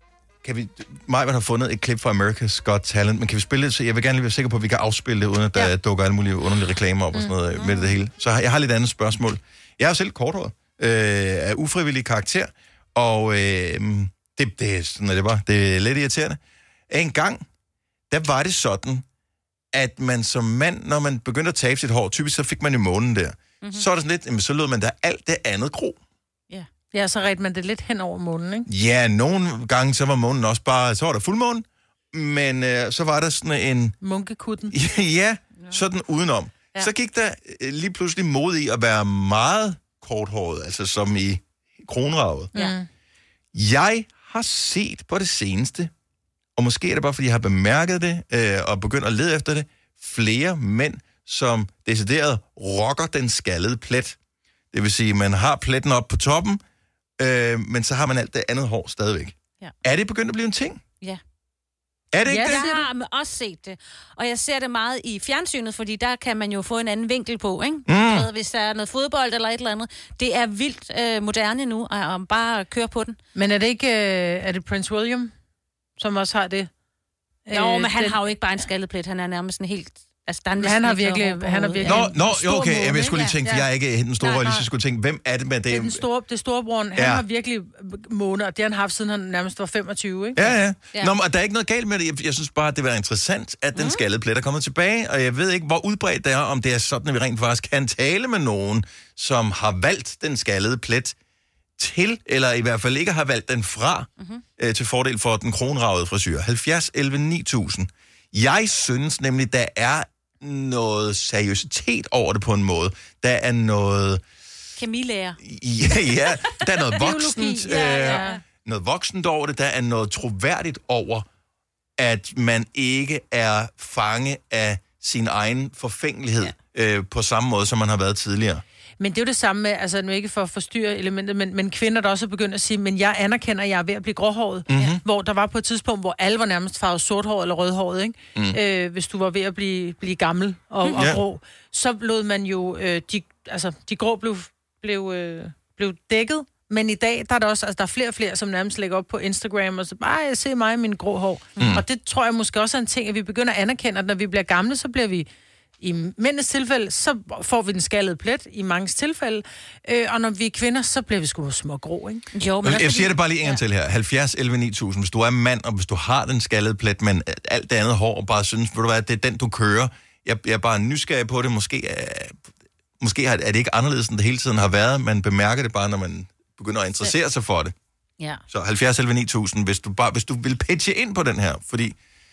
kan vi... Majbert har fundet et klip fra America's Got Talent, men kan vi spille det? Så jeg vil gerne lige være sikker på, at vi kan afspille det, uden at der dukker alle mulige underlige reklamer op og sådan noget med det hele. Så jeg har lidt andet spørgsmål. Jeg er jo selv korthåret af ufrivillig karakter, og sådan er det bare. Det er lidt irriterende. En gang, der var det sådan, at man som mand, når man begyndte at tabe sit hår, typisk så fik man jo månen der. Mm-hmm. Så er det sådan lidt, jamen, så lød man der alt det andet gro. Ja, så redte man det lidt hen over månen, ikke? Ja, nogle gange så var månen også bare, så var der fuldmåne, men så var der sådan en... Munkekutten. Ja, sådan udenom. Ja. Så gik der lige pludselig mod i at være meget korthåret, altså som i kronraget. Ja. Jeg har set på det seneste, og måske er det bare, fordi jeg har bemærket det, og begyndt at lede efter det, flere mænd, som decideret rocker den skaldede plet. Det vil sige, man har pletten op på toppen, men så har man alt det andet hår stadigvæk. Ja. Er det begyndt at blive en ting? Ja. Er det ikke det? Jeg har også set det. Og jeg ser det meget i fjernsynet, fordi der kan man jo få en anden vinkel på, ikke? Hvis der er noget fodbold eller et eller andet. Det er vildt moderne nu, og bare køre på den. Men er det ikke er det Prince William, som også har det? Jo, men han har jo ikke bare en skaldet plet. Han er nærmest en helt... Altså, han har virkelig... Okay, jeg skulle lige tænke, for jeg er ikke den store, jeg lige skulle tænke, hvem er det med det? Det er den storebroren. Han har virkelig måneder, og det har han haft, siden han nærmest var 25, ikke? Ja. Nå, og der er ikke noget galt med det. Jeg synes bare, det var interessant, at den skaldede plet er kommet tilbage, og jeg ved ikke, hvor udbredt det er, om det er sådan, at vi rent faktisk kan tale med nogen, som har valgt den skaldede plet til, eller i hvert fald ikke har valgt den fra, til fordel for den kronragede frisyr. 70, 11, 9000. Jeg synes nemlig, der er noget seriøsitet over det på en måde. Der er noget... Kemilærer. Ja, der er noget voksent. Noget voksent over det. Der er noget troværdigt over, at man ikke er fange af sin egen forfængelighed på samme måde, som man har været tidligere. Men det er jo det samme med, altså nu ikke for at forstyrre elementet, men kvinder, der også er begyndt at sige, men jeg anerkender, at jeg er ved at blive gråhåret. Mm-hmm. Hvor der var på et tidspunkt, hvor alle var nærmest farvet sorthåret eller rødhåret, ikke? Hvis du var ved at blive gammel og grå. Så lod man jo, de grå blev dækket. Men i dag, der er der også, altså der er flere og flere, som nærmest lægger op på Instagram, og så bare, se mig og min grå hår. Og det tror jeg måske også er en ting, at vi begynder at anerkende, at når vi bliver gamle, så bliver vi... I mændenes tilfælde, så får vi den skaldede plet, i manges tilfælde. Og når vi er kvinder, så bliver vi sgu små grå, ikke? Jo, men jeg siger det bare lige en gang til her. 70, 11, 9000. Hvis du er mand, og hvis du har den skaldede plet, men alt det andet hår, og bare synes, ved du hvad, det er den, du kører. Jeg er bare nysgerrig på det. Måske er det ikke anderledes, end det hele tiden har været. Man bemærker det bare, når man begynder at interessere sig for det. Ja. Så 70, 11, 9000, hvis du vil pitche ind på den her, fordi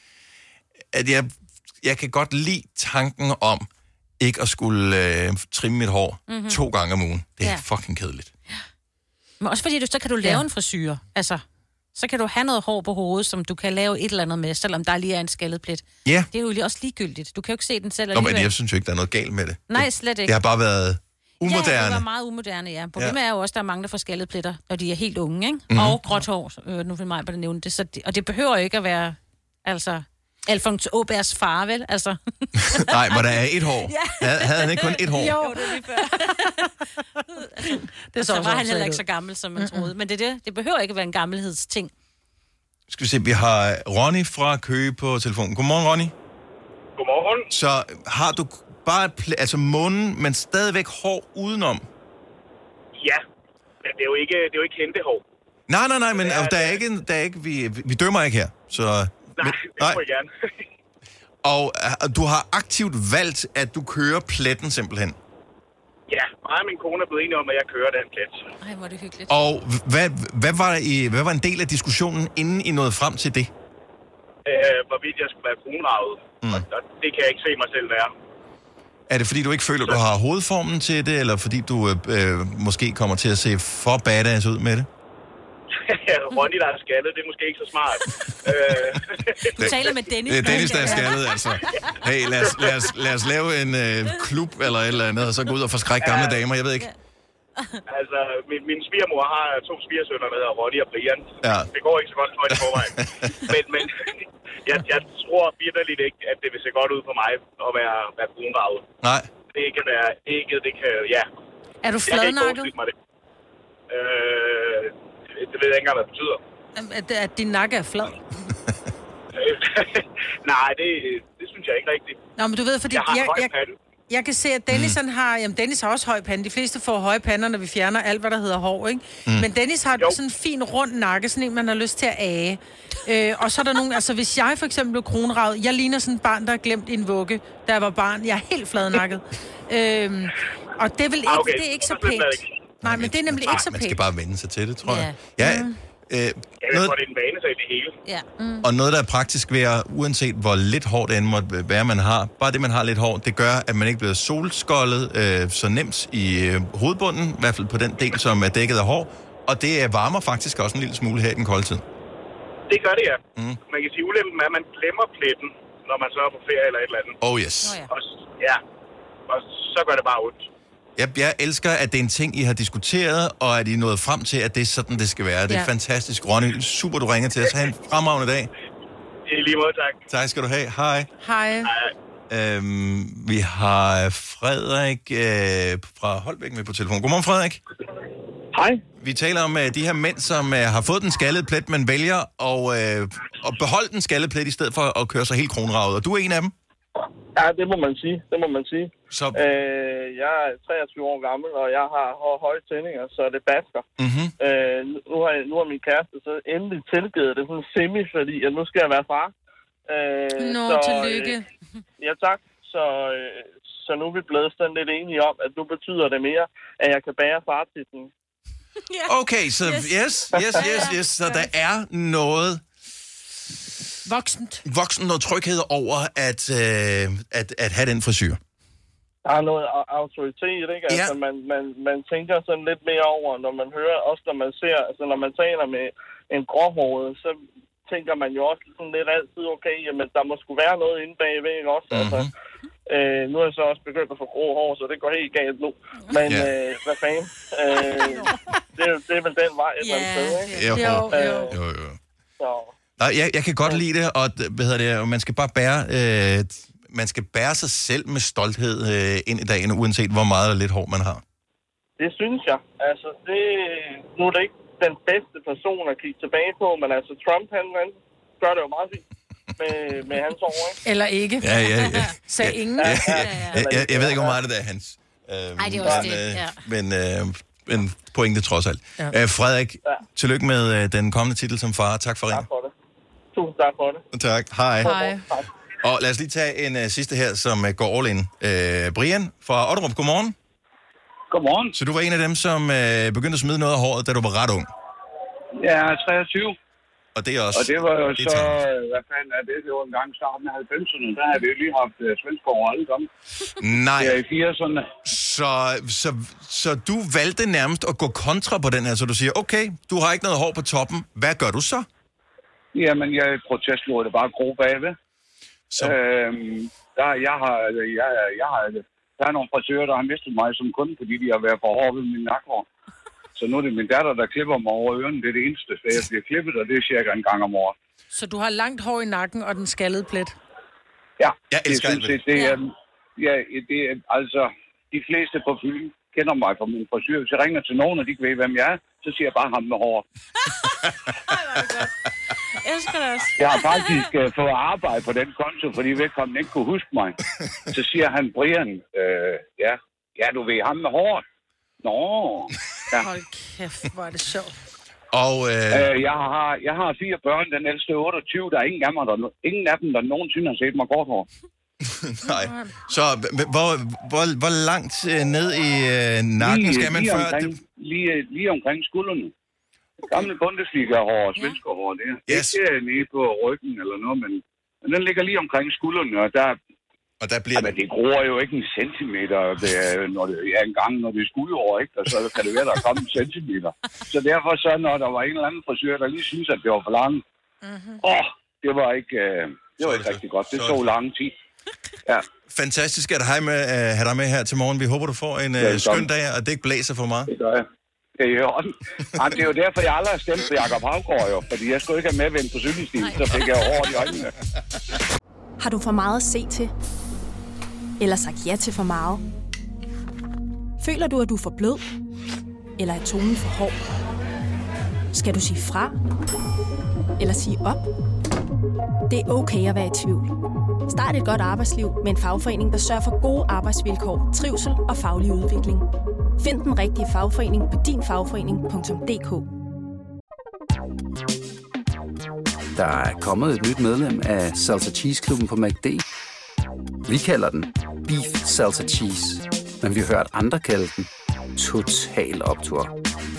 at jeg kan godt lide tanken om ikke at skulle trimme mit hår 2 gange om ugen. Det er fucking kedeligt. Ja. Men også fordi, så kan du lave en frisyr. Altså, så kan du have noget hår på hovedet, som du kan lave et eller andet med, selvom der lige er en skaldet plet. Ja. Det er jo også ligegyldigt. Du kan jo ikke se den selv alligevel. Men jeg synes jo ikke, der er noget galt med det. Nej, slet ikke. Det har bare været umoderne. Ja, det var meget umoderne, ja. Problemet er jo også, at der er mange, der får skaldede pletter, når de er helt unge, ikke? Mm-hmm. Og gråt hår. Nu vil mig bare nævne det. Og det behøver jo ikke at være, altså... Alfons Åbergs far, vel? Altså. Nej, hvor der er et hår. Ja. Havde han ikke kun et hår? Jo, det er lige før. Så var han heller ikke så gammel, som man troede. Men det behøver ikke at være en gammelhedsting. Skal vi se, vi har Ronny fra Køge på telefonen. Godmorgen, Ronny. Godmorgen. Så har du bare munden, men stadigvæk hår udenom? Ja, men det er jo ikke hentehår. Nej, men der er ikke vi dømmer ikke her, så... Nej, det må jeg gerne. Og du har aktivt valgt, at du kører pletten simpelthen? Ja, mig og min kone er blevet enige om, at jeg kører den plet. Ej, hvor er det hyggeligt. Og hvad var en del af diskussionen, inden I nåede frem til det? Hvorvidt jeg skulle være kronraget. Og det kan jeg ikke se mig selv være. Er det fordi, du ikke føler, du har hovedformen til det, eller fordi du måske kommer til at se for badass ud med det? Ronny, der er skaldet, det er måske ikke så smart. Du taler med Dennis. Det er Dennis, der er skaldet, altså. Hey, lad os lave en klub eller et eller andet, og så gå ud og forskrække gamle damer, jeg ved ikke. Altså, min svigermor har 2 svigersønner, der hedder Ronny og Brian. Ja. Det går ikke så godt for i forvejen. men jeg tror vitterligt ikke, at det vil se godt ud for mig at være brunraget. Nej. Det kan være ikke, det kan, ja. Er du fladnakket? Det ved jeg ikke engang, hvad det betyder. At din nakke er flad? Nej, det synes jeg ikke rigtigt. Nå, men du ved, fordi jeg har høj pande. Jeg kan se, at Dennis, Dennis har også høj pande. De fleste får høje pander, når vi fjerner alt, hvad der hedder hår, ikke? Men Dennis har sådan en fin, rund nakke, sådan en, man har lyst til at age. Og så er der nogen, altså hvis jeg for eksempel blev kronraget, jeg ligner sådan et barn, der har glemt en vugge, da jeg var barn. Jeg er helt fladnakket. Og det er vel ikke, det er ikke så pænt. Nej, men det er nemlig ikke så pænt. Man skal bare vende sig til det, tror jeg. Jeg tror, det er en vane, så det hele. Ja. Og noget, der er praktisk ved at, uanset hvor lidt hår det end måtte være, man har, bare det, man har lidt hår, det gør, at man ikke bliver solskoldet så nemt i hovedbunden, i hvert fald på den del, som er dækket af hår, og det varmer faktisk også en lille smule her i den kolde tid. Det gør det, ja. Man kan sige, ulempen er, at man glemmer pletten, når man så er på ferie eller et eller andet. Oh yes. Og så gør det bare ondt. Jeg elsker, at det er en ting, I har diskuteret, og at I er nået frem til, at det er sådan, det skal være. Det er fantastisk. Ronny, super, du ringer til os. Ha' en fremragende dag. I lige måde, tak. Tak skal du have. Hej. Hej. Vi har Frederik fra Holbæk med på telefon. Godmorgen, Frederik. Hej. Vi taler om de her mænd, som har fået den skaldede plet, men vælger at beholde den skaldede plet, i stedet for at køre sig helt kronravet. Og du er en af dem? Ja, det må man sige. Så... jeg er 23 år gammel, og jeg har høje tændinger, så det basker. Mm-hmm. Nu har min kæreste så endelig tilgivet det sådan semi, fordi at nu skal jeg være far. Tillykke. Ja, tak. Så nu er vi blevet sådan lidt enige om, at nu betyder det mere, at jeg kan bære fartitlen. Okay, så yes. Så der er noget... Voksen noget tryghed over at have den frisyr. Der er noget autoritet, ikke? Altså, man tænker sådan lidt mere over, når man hører, også når man ser, altså når man taler med en gråhåret, så tænker man jo også sådan lidt altid, okay, jamen der må sgu være noget inde bagved, ikke også? Mm-hmm. Altså, nu er jeg så også begyndt at få grå hår, så det går helt galt nu. Men hvad fanden? Det er vel den vej, et eller andet sted, ikke? Jo. Så... Nej, jeg kan godt lide det, og man skal bare man skal bære sig selv med stolthed ind i dagen, uanset hvor meget eller lidt hår man har. Det synes jeg. Altså, nu er det ikke den bedste person at kigge tilbage på, men altså Trump, han gør det jo meget fint med hans hår, ikke? Eller ikke. Ja. Sagde ingen. Jeg ved ikke, hvor meget det er hans. Nej, det er også det, men pointe trods alt. Ja. Frederik, tillykke med den kommende titel som far. Tak for ringen. Tak for det. Tusind tak for det. Tak. Hej. Og lad os lige tage en sidste her, som går all in. Brian fra Otterup, godmorgen. Godmorgen. Så du var en af dem, som begyndte at smide noget af håret, da du var ret ung? Ja, 23. Og det er også... Og det var jo så... Hvad fanden er det? Det var en gang starten af 90'erne. Der havde vi jo lige haft Svendskov alle sammen. Nej. Ja, i 80'erne. Så du valgte nærmest at gå kontra på den her, så du siger, okay, du har ikke noget hår på toppen. Hvad gør du så? Jamen, jeg i protest lå det bare gro bagved. Der er nogle frisører, der har mistet mig som kunde, fordi de har været for hårde ved min nakhår. Så nu er det min datter, der klipper mig over ørerne. Det er det eneste, så jeg bliver klippet, og det er cirka en gang om året. Så du har langt hår i nakken og den skaldede plet? Ja. Jeg elsker det er altså, de fleste på Fyn kender mig fra min frisør. Hvis jeg ringer til nogen, og de ikke ved, hvem jeg er, så siger jeg bare ham med hår. Jeg elsker det også. Jeg har faktisk fået arbejde på den konto, fordi vedkommende ikke kunne huske mig. Så siger han, Brian, ja, du ved ham med hår. Nå. Ja. Hold kæft, hvor er det sjovt. Og, jeg har 4 børn, den ældste 28, der er ingen af dem, der nogensinde har set mig kort hår. Nej. Så hvor langt ned i nakken skal man før? Lige omkring skuldrene. Gamle Bundesliga-hår og svenskerhår, det er ikke nede på ryggen eller noget, men den ligger lige omkring skuldrene, og der bliver... Men det gror jo ikke en centimeter, når det er skuldår, ikke? Og så kan det være, der kommer en centimeter. Så derfor så, når der var en eller anden frisør, der lige synes, at det var for langt, det var ikke rigtig godt. Det så lang tid. Ja. Fantastisk at have dig med her til morgen. Vi håber, du får en skøn dag, og det ikke blæser for meget. Det gør jeg. Det er jo derfor, jeg aldrig har stemt på Jakob Havgård, jo. Fordi jeg skulle ikke have medvendt på cykelstien, så fik jeg hårdt i øjnene. Har du for meget at se til? Eller sagt ja til for meget? Føler du, at du er for blød? Eller er tonen for hård? Skal du sige fra? Eller sige op? Det er okay at være i tvivl. Start et godt arbejdsliv med en fagforening, der sørger for gode arbejdsvilkår, trivsel og faglig udvikling. Find den rigtige fagforening på dinfagforening.dk. Der er kommet et nyt medlem af Salsa Cheese Klubben på McD. Vi kalder den Beef Salsa Cheese, men vi har hørt andre kalde den Total Optur.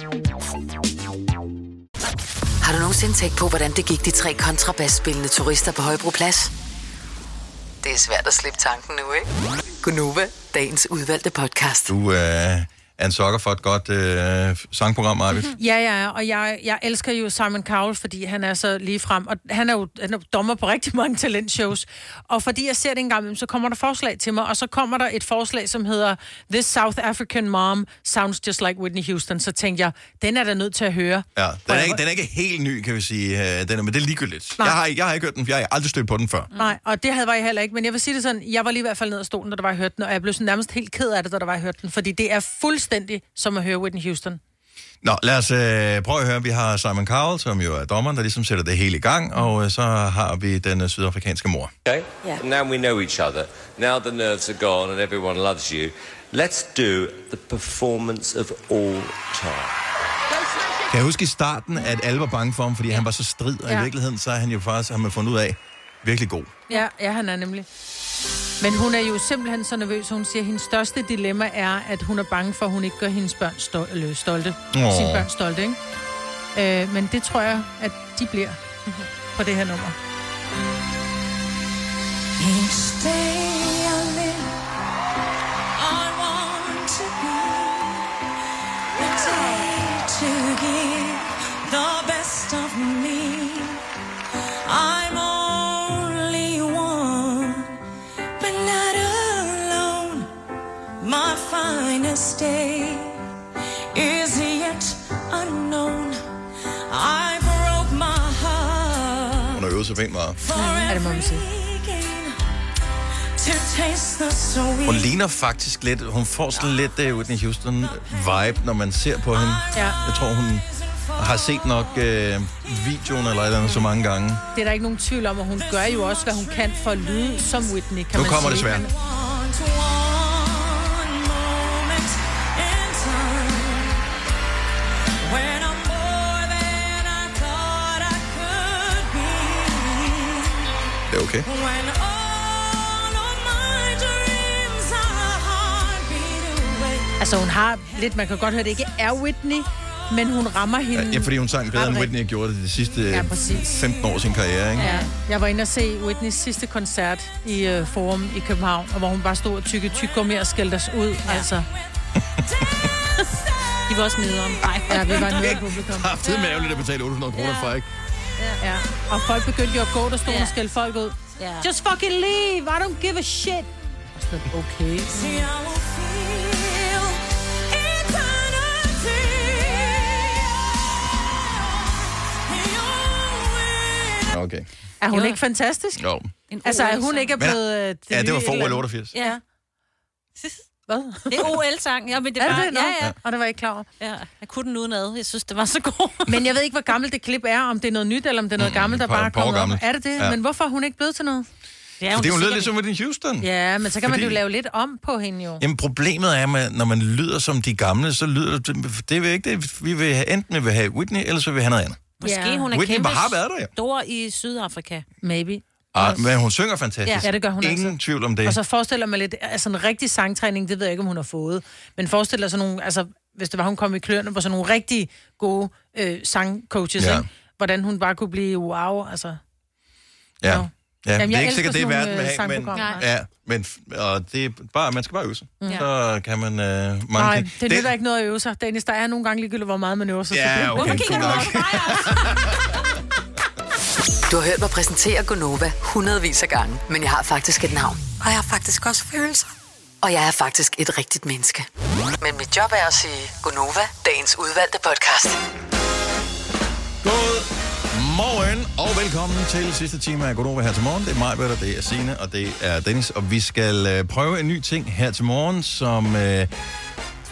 Har du nogensinde tænkt på, hvordan det gik de 3 kontrabasspillende turister på Højbroplads? Det er svært at slippe tanken nu, ikke? Gunova, dagens udvalgte podcast. Du er en sokker for et godt sangprogram, Arvid. Ja, og jeg elsker jo Simon Cowell, fordi han er så lige frem, og han er jo dommer på rigtig mange talentshows, og fordi jeg ser det en gang, så kommer der forslag til mig, og så kommer der et forslag, som hedder This South African Mom Sounds Just Like Whitney Houston, så tænkte jeg, den er der nødt til at høre. Ja, den er ikke helt ny, kan vi sige, men det er ligegyldigt. Jeg har ikke hørt den, for jeg har aldrig stødt på den før. Nej, og det havde jeg heller ikke, men jeg vil sige det sådan, jeg var lige i hvert fald ned af stolen, da der var jeg hørte den, og jeg blev sådan nærmest helt ked af det, da der var jeg hørte den, fordi det er fuldstændig som at høre Whitney Houston. Nå, lad os prøve at høre. Vi har Simon Cowell, som jo er dommeren, der ligesom sætter det hele i gang, og så har vi den sydafrikanske mor. Okay? Yeah. Now we know each other. Now the nerves are gone and everyone loves you. Let's do the performance of all time. Kan jeg huske i starten, at alle var bange for ham, fordi han var så strid, og i virkeligheden så er han jo faktisk, har man fundet ud af, virkelig god. Ja, han er nemlig. Men hun er jo simpelthen så nervøs, hun siger, at hendes største dilemma er, at hun er bange for, at hun ikke gør hendes børn stolte. Sine børn stolte, ikke? Men det tror jeg, at de bliver på det her nummer. Stay is yet unknown. I broke my heart. Hun har øvet sig pænt meget. Ja, det må man sige. Hun ligner faktisk lidt, hun får sådan lidt Whitney Houston-vibe, når man ser på hende. Ja. Jeg tror, hun har set nok videoen eller et eller andet så mange gange. Det er der ikke nogen tvivl om, og hun gør jo også, hvad hun kan for at lyde som Whitney, kan nu man kommer sige. det svært. Det er okay. Altså hun har lidt, man kan godt høre, det ikke er Whitney, men hun rammer hende. Ja, fordi hun sang bedre end Whitney gjorde det de sidste 15 år sin karriere, ikke? Ja, jeg var inde og se Whitneys sidste koncert i Forum i København, og hvor hun bare stod og tyggegummi og skældte os ud, altså. De var også nederen. Nej, ja, vi var nede i publikum. Det er ærgerligt at betale 800 kroner for, ikke? Ja, og folk begyndte jo at gå, der stod og skældte folk ud. Just fucking leave, I don't give a shit. Okay. Okay. Er hun ikke fantastisk? Jo. Altså, er hun ikke blevet... Ja, det var for OL 88. Ja. Hvad? Det er OL-sang. Ja, men det var... det? Ja. Og det var ikke klar over. Ja, jeg kunne den udenad. Jeg synes, det var så god. Men jeg ved ikke, hvor gammelt det klip er. Om det er noget nyt, eller om det er noget gammelt, der bare er kommet op. Er det det? Ja. Men hvorfor er hun ikke blevet til noget? Fordi hun lyder lidt som Whitney Houston. Ja, men så kan man jo lave lidt om på hende jo. Jamen problemet er, at når man lyder som de gamle, så lyder det vil ikke det. Vi vil have, enten vi vil have Whitney, eller så vil vi have noget andet. Måske hun er Whitney kæmpe har været der, stor i Sydafrika. Maybe. Men hun synger fantastisk. Ja, det gør hun. Ingen tvivl om det. Og så forestiller man lidt, altså en rigtig sangtræning, det ved jeg ikke, om hun har fået. Men forestiller sådan nogle, altså hvis det var, hun kom i kløerne på sådan nogle rigtig gode sangcoaches, ikke? Hvordan hun bare kunne blive wow, altså. Ja. No. Ja, jamen, det er ikke sikkert, det er verden med men det er bare, man skal bare øve sig. Så kan man Nej, det nytter ikke noget at øve sig. Dennis, der er nogle gange ligegyldigt, hvor meget man øver sig. Ja, okay, cool nok. Du har hørt mig præsentere Gonova hundredvis af gange, men jeg har faktisk et navn. Og jeg har faktisk også følelser. Og jeg er faktisk et rigtigt menneske. Men mit job er at sige Gonova, dagens udvalgte podcast. Godmorgen og velkommen til sidste time af Gonova her til morgen. Det er mig, det er Signe, og det er Dennis. Og vi skal prøve en ny ting her til morgen, som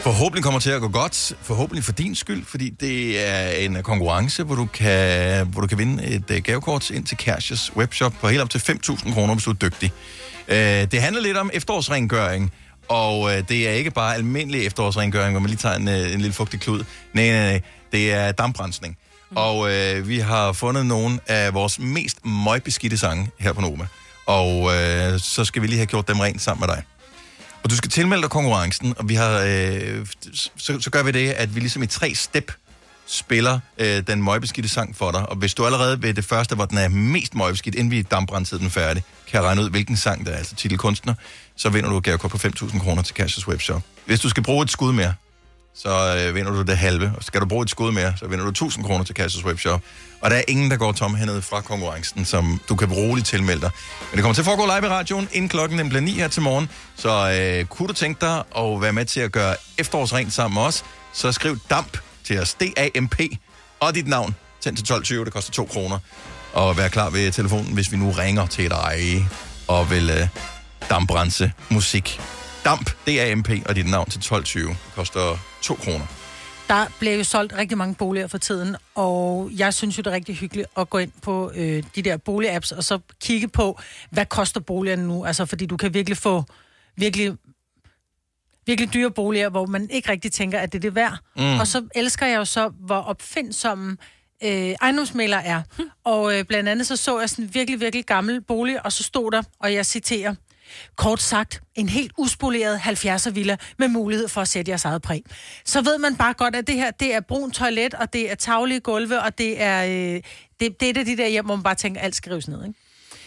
forhåbentlig kommer til at gå godt. Forhåbentlig for din skyld, fordi det er en konkurrence, hvor du kan vinde et gavekort ind til Kærches webshop på helt op til 5.000 kroner, hvis du er dygtig. Det handler lidt om efterårsrengøring, og det er ikke bare almindelig efterårsrengøring, hvor man lige tager en lille fugtig klud. Nej. Det er damprensning. Og vi har fundet nogle af vores mest møgbeskidte sange her på Nova. Og så skal vi lige have gjort dem rent sammen med dig. Og du skal tilmelde dig konkurrencen, og vi har, så gør vi det, at vi ligesom i 3 step spiller den møgbeskidte sang for dig. Og hvis du allerede ved det første, hvor den er mest møgbeskidt, inden vi damprenser den færdig, kan regne ud, hvilken sang der er, altså titelkunstner, så vinder du et gavekort på 5.000 kroner til Kærches webshop. Hvis du skal bruge et skud mere, så vinder du det halve. Og skal du bruge et skud mere, så vinder du 1.000 kroner til Kærches webshop. Og der er ingen, der går tomhændet fra konkurrencen, som du kan roligt tilmelde dig. Men det kommer til at foregå live i radioen, inden klokken bliver 9 her til morgen. Så kunne du tænke dig at være med til at gøre efterårsrent sammen med os, så skriv DAMP til os, DAMP, og dit navn, tænd til 12.20, det koster 2 kroner. Og vær klar ved telefonen, hvis vi nu ringer til dig og vil damprense musik. DAMP, DAMP, og dit navn til 12.20, det koster 2 kroner. Der bliver jo solgt rigtig mange boliger for tiden, og jeg synes jo, det er rigtig hyggeligt at gå ind på de der boligapps, og så kigge på, hvad koster boligerne nu? Altså, fordi du kan virkelig få virkelig dyre boliger, hvor man ikke rigtig tænker, at det er det værd. Og så elsker jeg jo så, hvor opfindsomme ejendomsmæglere er. Og blandt andet så jeg sådan en virkelig, virkelig gammel bolig, og så stod der, og jeg citerer, kort sagt, en helt uspoleret 70'er villa med mulighed for at sætte jeres eget præg. Så ved man bare godt, at det her, det er brun toilet, og det er taglige gulve, og det er det er de der hjem, hvor man bare tænker, alt skal rives ned, ikke?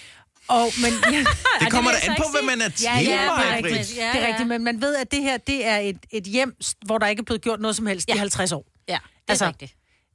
Det kommer da an på, hvad man er til. Ja, det er rigtigt. Det er rigtigt, men man ved, at det her, det er et hjem, hvor der ikke er blevet gjort noget som helst i 50 år. Ja, det er rigtigt.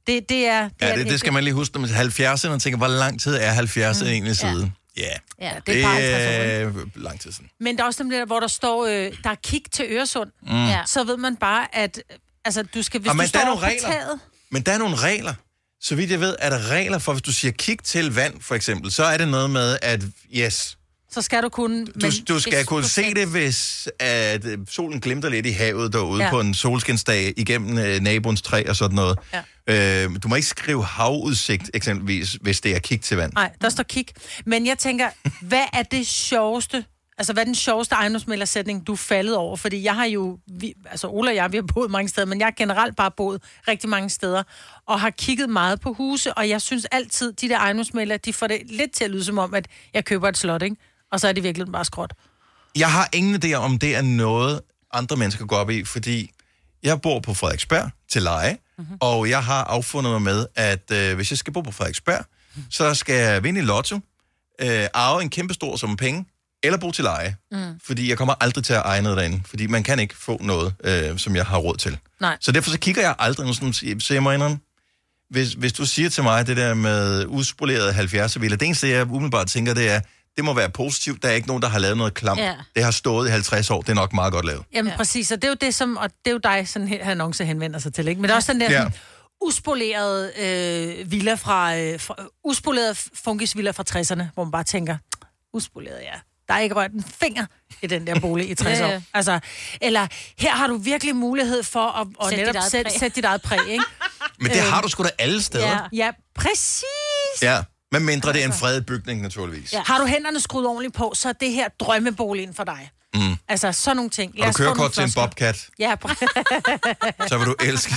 Det skal man lige huske, når man er 70'erne og tænker, hvor lang tid er 70'erne egentlig siden? Ja, det er bare 50 år. Lang tid siden. Men der er også dem der, hvor der står, der er kig til Øresund. Så ved man bare, at altså, du skal, hvis du står på taget... Men der er nogle regler. Så vidt jeg ved, er der regler for, hvis du siger kig til vand, for eksempel, så er det noget med, at så skal du kunne... Du skal kunne se det, hvis at solen glimter lidt i havet derude på en solskinsdag igennem naboens træ og sådan noget. Ja. Du må ikke skrive havudsigt, eksempelvis, hvis det er kig til vand. Nej, der står kig. Men jeg tænker, hvad er det sjoveste? Altså, hvad er den sjoveste ejendomsmæglersætning, du er faldet over? Fordi jeg har jo... Ola og jeg, vi har boet mange steder, men jeg har generelt bare boet rigtig mange steder, og har kigget meget på huse, og jeg synes altid, de der ejendomsmæglere, de får det lidt til at lyde som om, at jeg køber et slot, ikke? Og så er det virkelig bare skråt. Jeg har ingen idé om, det er noget, andre mennesker går op i, fordi jeg bor på Frederiksberg til leje, og jeg har affundet mig med, at hvis jeg skal bo på Frederiksberg, så skal jeg vinde i lotto, arve en kæmpe stor sum penge, eller bo til leje. Fordi jeg kommer aldrig til at eje noget derinde, fordi man kan ikke få noget, som jeg har råd til. Nej. Så derfor så kigger jeg aldrig, så jeg må indrømme, hvis du siger til mig, det der med udspoleret 70'er villa, det eneste, jeg umiddelbart tænker, det er, det må være positivt. Der er ikke nogen, der har lavet noget klamt. Ja. Det har stået i 50 år. Det er nok meget godt lavet. Jamen præcis, og det er jo det, og det er jo dig, sådan her annonce henvender sig til, ikke? Men der er også den der uspolerede villa fra uspoleret funkisvilla fra 60'erne, hvor man bare tænker, uspoleret, der er ikke rørt en finger i den der bolig i 60 år. Altså, eller her har du virkelig mulighed for at netop sætte dit eget præg, ikke? Men det har du sgu da alle steder. Ja, præcis. Ja. Men mindre det er en fredet bygning, naturligvis. Ja. Har du hænderne skruet ordentligt på, så er det her drømmeboligen for dig. Altså, sådan nogle ting. Har du kørekort til en bobcat? Ja, så vil du elske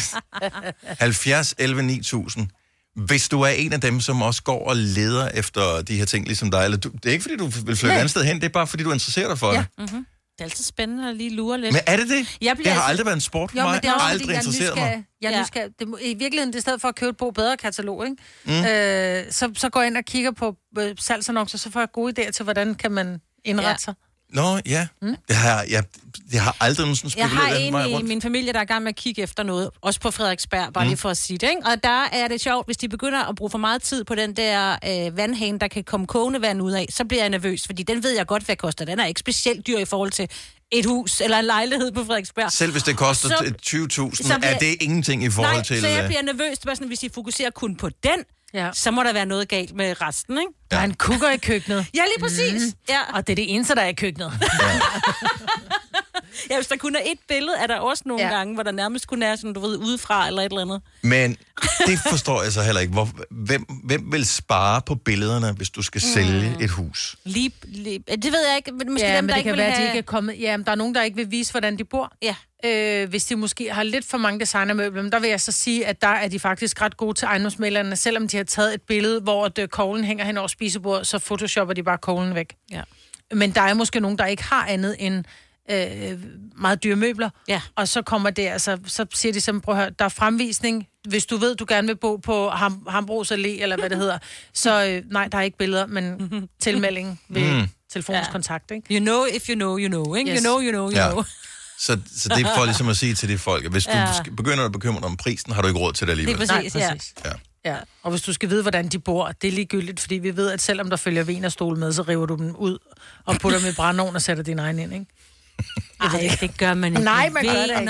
70 11 9000. Hvis du er en af dem, som også går og leder efter de her ting, ligesom dig, eller det er ikke, fordi du vil flytte et andet sted hen, det er bare, fordi du interesserer dig for det. Det er altid spændende at lige lure lidt. Men er det det? Det har aldrig været en sport for mig. Jeg har aldrig interesseret mig. I virkeligheden, det stedet for at købe et Bo Bedre-katalog, ikke? Så går jeg ind og kigger på salgsannoncer, så får jeg gode idéer til, hvordan kan man indrette sig. Nå, ja. Jeg har aldrig nogen sådan spekuleret. Jeg har en i min familie, der er i gang med at kigge efter noget, også på Frederiksberg, bare lige for at sige det, ikke? Og der er det sjovt, hvis de begynder at bruge for meget tid på den der vandhane, der kan komme kogende vand ud af, så bliver jeg nervøs, fordi den ved jeg godt, hvad koster. Den er ikke specielt dyr i forhold til et hus eller en lejlighed på Frederiksberg. Selv hvis det koster 20.000, er det ingenting i forhold til... Nej, så jeg bliver nervøs, bare sådan, hvis I fokuserer kun på den, så må der være noget galt med resten, ikke? Der er en kukker i køkkenet. Ja, lige præcis. Ja. Og det er det eneste, der er i køkkenet. Ja, hvis der kun er et billede, er der også nogle gange, hvor der nærmest kun er sådan, du ved, udefra eller et eller andet. Men det forstår jeg så heller ikke. Hvem vil spare på billederne, hvis du skal sælge et hus? Det ved jeg ikke. Måske dem, men der det ikke kan vil være, have... de ikke er kommet. Ja, men der er nogen, der ikke vil vise, hvordan de bor. Ja. Hvis de måske har lidt for mange designermøbler, men der vil jeg så sige, at der er de faktisk ret gode til ejendomsmæglerne. Selvom de har taget et billede, hvor koglen hænger hen over spisebordet, så photoshopper de bare koglen væk. Ja. Men der er måske nogen, der ikke har andet end meget dyre møbler. Ja. Og så kommer det, altså, så siger de simpelthen, prøv at høre, der er fremvisning. Hvis du ved, du gerne vil bo på Hambros Allé, eller hvad det hedder, så nej, der er ikke billeder, men tilmelding ved telefonens kontakt, ikke? You know if you know, you know, ikke? Yes. You know, you know. Så det er for ligesom at sige til de folk, at hvis du begynder at bekymre dig om prisen, har du ikke råd til det alligevel. Det er præcis, ja. Og hvis du skal vide, hvordan de bor, det er ligegyldigt, fordi vi ved, at selvom der følger vinerstol med, så river du dem ud og putter dem i brændeovn og sætter din egen ind, ikke? Ej, det gør man ikke. Nej, man gør det ikke.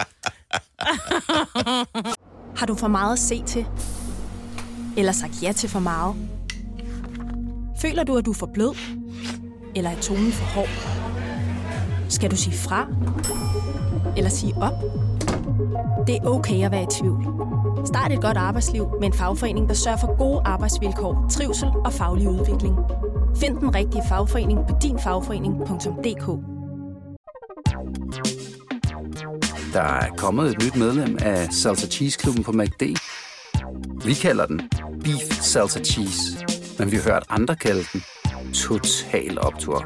Har du for meget at se til? Eller sagt ja til for meget? Føler du, at du er for blød? Eller er tonen for hård? Skal du sige fra? Eller sige op? Det er okay at være i tvivl. Start et godt arbejdsliv med en fagforening, der sørger for gode arbejdsvilkår, trivsel og faglig udvikling. Find den rigtige fagforening på dinfagforening.dk. Der er kommet et nyt medlem af Salsa Cheese Klubben på McD. Vi kalder den Beef Salsa Cheese, men vi har hørt andre kalde den Total Optur.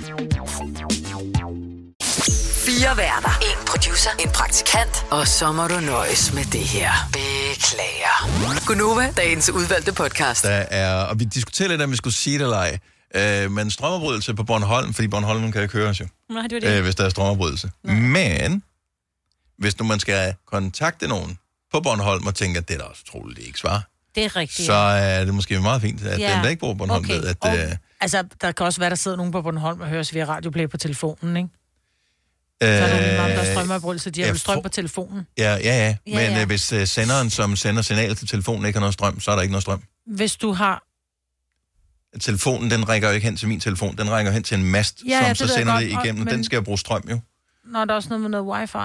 4 værter, 1 producer, en praktikant, og så må du nøjes med det her. Beklager. Gunova, dagens udvalgte podcast. Og vi diskuterer lidt, om vi skulle sige det eller ej. Men strømafbrydelse på Bornholm, fordi Bornholm kan ikke høres jo. Nej, det var det. Hvis der er strømafbrydelse. Men hvis nu man skal kontakte nogen på Bornholm og tænke, at det er da også troligt, det ikke svarer. Det er rigtigt. Så er det måske meget fint, at den der ikke bor på Bornholm ved, at... Altså, der kan også være, der sidder nogen på Bornholm og høres via radioplay på telefonen, ikke? Så er der nogle der er strømafbrydelse, de har vel strøm på telefonen. Ja. Men hvis senderen, som sender signal til telefonen, ikke har noget strøm, så er der ikke noget strøm. Hvis du har... Telefonen, den rækker jo ikke hen til min telefon. Den rækker hen til en mast, som så sender det igennem. Den skal jo bruge strøm, jo. Nå, der er også noget med noget wifi.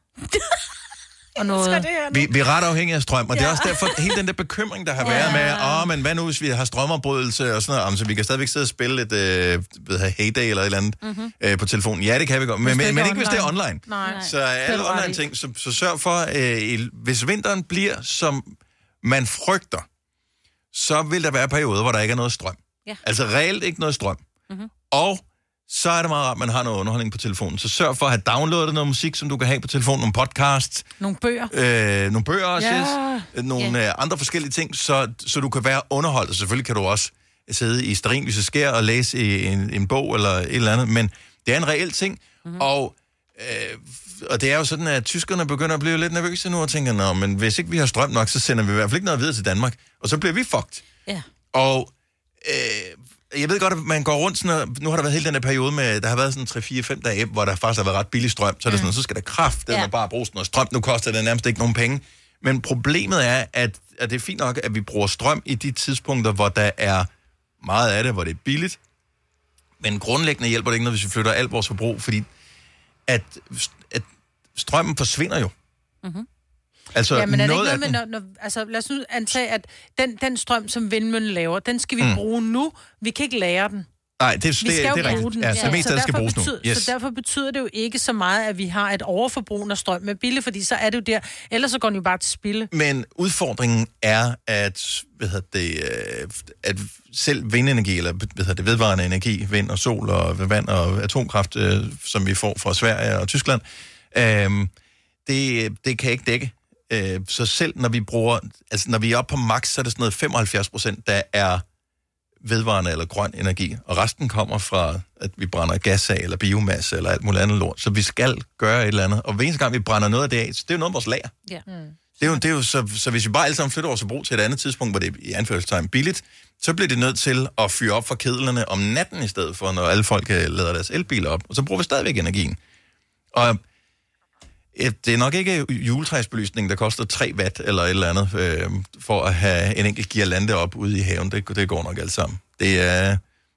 Og noget... Vi er ret afhængige af strøm, og det er også derfor, hele den der bekymring, der har været med, men hvad nu, hvis vi har strømafbrydelse og sådan noget, så vi kan stadigvæk sidde og spille et Heyday eller et eller andet på telefonen. Ja, det kan vi godt, men ikke hvis det er online. Nej. Så alle online ting, så sørg for, hvis vinteren bliver, som man frygter, så vil der være perioder, hvor der ikke er noget strøm. Ja. Altså reelt ikke noget strøm. Og så er det meget rart, at man har noget underholdning på telefonen. Så sørg for at have downloadet noget musik, som du kan have på telefonen. Nogle podcasts. Nogle bøger. Nogle bøger også, nogle andre forskellige ting, så du kan være underholdt. Og selvfølgelig kan du også sidde i stearinlyset skær og læse i en bog eller et eller andet. Men det er en reel ting. Og det er jo sådan, at tyskerne begynder at blive lidt nervøse nu og tænker, men hvis ikke vi har strøm nok, så sender vi i hvert fald ikke noget videre til Danmark. Og så bliver vi fucked. Ja. Og... jeg ved godt, at man går rundt sådan, og nu har der været hele den der periode med, der har været sådan 3-4-5 dage, hvor der faktisk har været ret billig strøm, så er det sådan, så skal der kraftedeme bare bruge sådan noget strøm, nu koster det nærmest ikke nogen penge. Men problemet er, at det er fint nok, at vi bruger strøm i de tidspunkter, hvor der er meget af det, hvor det er billigt, men grundlæggende hjælper det ikke, når hvis vi flytter alt vores forbrug, fordi at strømmen forsvinder jo. Altså, ja, men er det noget ikke noget med, altså lad os nu antage, at den strøm, som vindmøllen laver, den skal vi bruge nu. Vi kan ikke lære den. Nej, det er rigtigt. Ja, så mest af det skal bruges nu. Yes. Så derfor betyder det jo ikke så meget, at vi har et overforbrug, når strøm er billig, fordi så er det jo der. Ellers så går den jo bare til spilde. Men udfordringen er, at, at selv vindenergi, eller vedvarende energi, vind og sol og vand og atomkraft, som vi får fra Sverige og Tyskland, det kan ikke dække. Så selv når vi bruger, altså når vi er oppe på max, så er det sådan noget 75%, der er vedvarende eller grøn energi, og resten kommer fra, at vi brænder gas af, eller biomasse, eller alt muligt andet lort. Så vi skal gøre et eller andet, og hver eneste gang vi brænder noget af det af, så det er jo noget af vores lager. Ja. Det er jo så hvis vi bare alle sammen flytter vores forbrug til et andet tidspunkt, hvor det er i anførselstegn billigt, så bliver det nødt til at fyre op for kedlerne om natten i stedet for, når alle folk lader deres elbiler op, og så bruger vi stadigvæk energien. Og det er nok ikke juletræsbelysning, der koster 3 watt eller et eller andet, for at have en enkelt girlande op ude i haven. Det går nok alt sammen. Det er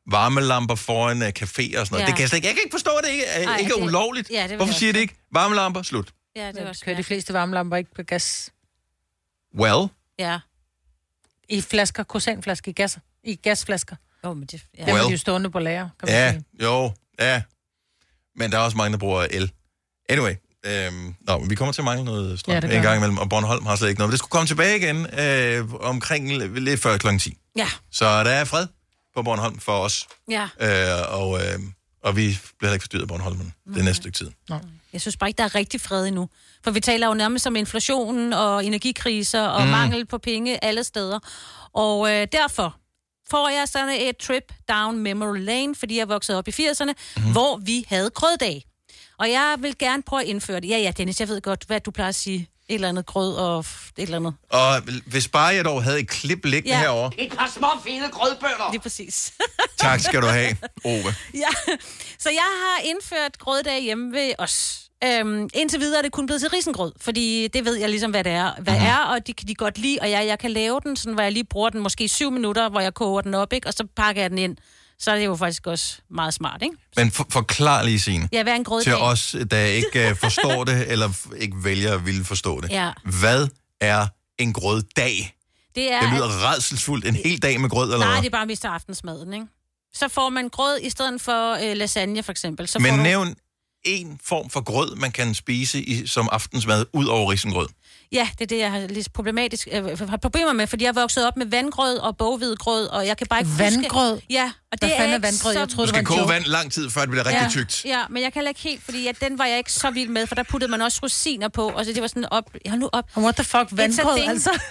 varmelamper foran caféer og sådan noget. Ja. Det kan jeg kan ikke forstå, at det ikke er ulovligt. Ja, Hvorfor siger det ikke? Varmelamper, slut. Ja, det er også kører de fleste varmelamper ikke på gas. Well. Ja. I flasker, croissantflasker, i gasflasker. Men det, ja. Dem er de jo stående på lager, kan man sige. Ja. Men der er også mange, der bruger el. Anyway. Vi kommer til at mangle noget strøm en gang imellem, og Bornholm har slet ikke noget. Men det skulle komme tilbage igen omkring lidt før kl. 10. Ja. Så der er fred på Bornholm for os. Ja. Og vi bliver heller ikke forstyrret af Bornholm det næste stykke tid. Jeg synes bare ikke, der er rigtig fred endnu. For vi taler jo nærmest om inflationen og energikriser og mangel på penge alle steder. Og derfor får jeg sådan et trip down memory lane, fordi jeg voksede op i 80'erne, hvor vi havde grøddag. Og jeg vil gerne prøve at indføre det. Ja, Dennis, jeg ved godt, hvad du plejer at sige. Et eller andet grød og et eller andet. Og hvis bare jeg dog havde et klip liggende herovre. Et par små fede grødbøtter. Lige præcis. Tak skal du have, Ove. Ja, så jeg har indført grøddag hjemme ved os. Indtil videre er det kun blevet til risengrød, fordi det ved jeg ligesom, hvad det er. Og de kan de godt lide, og jeg kan lave den, sådan, hvor jeg lige bruger den måske 7 minutter, hvor jeg koger den op, ikke? Og så pakker jeg den ind. Så er det jo faktisk også meget smart, ikke? Men forklar lige, Signe. Ja, hvad er en grøddag? Til os, der ikke forstår det, eller ikke vælger at ville forstå det. Ja. Hvad er en grøddag? Det lyder rædselsfuldt. En hel dag med grød, eller Nej, hvad? det er bare mest aftensmaden, ikke? Så får man grød i stedet for lasagne, for eksempel. Så Men får nævn en form for grød, man kan spise som aftensmad, ud over risengrød. Ja, det er det, jeg har lidt problematisk har problemer med, fordi jeg er vokset op med vandgrød og boghvedegrød, og jeg kan bare ikke vandgrød? Huske... Ja, og det er ikke vandgrød? Så... Jeg troede, du skal koge vand lang tid, før det bliver rigtig tykt. Ja, men jeg kan heller ikke helt, fordi den var jeg ikke så vild med, for der puttede man også rosiner på, og så det var sådan hold nu op. What the fuck, vandgrød, altså?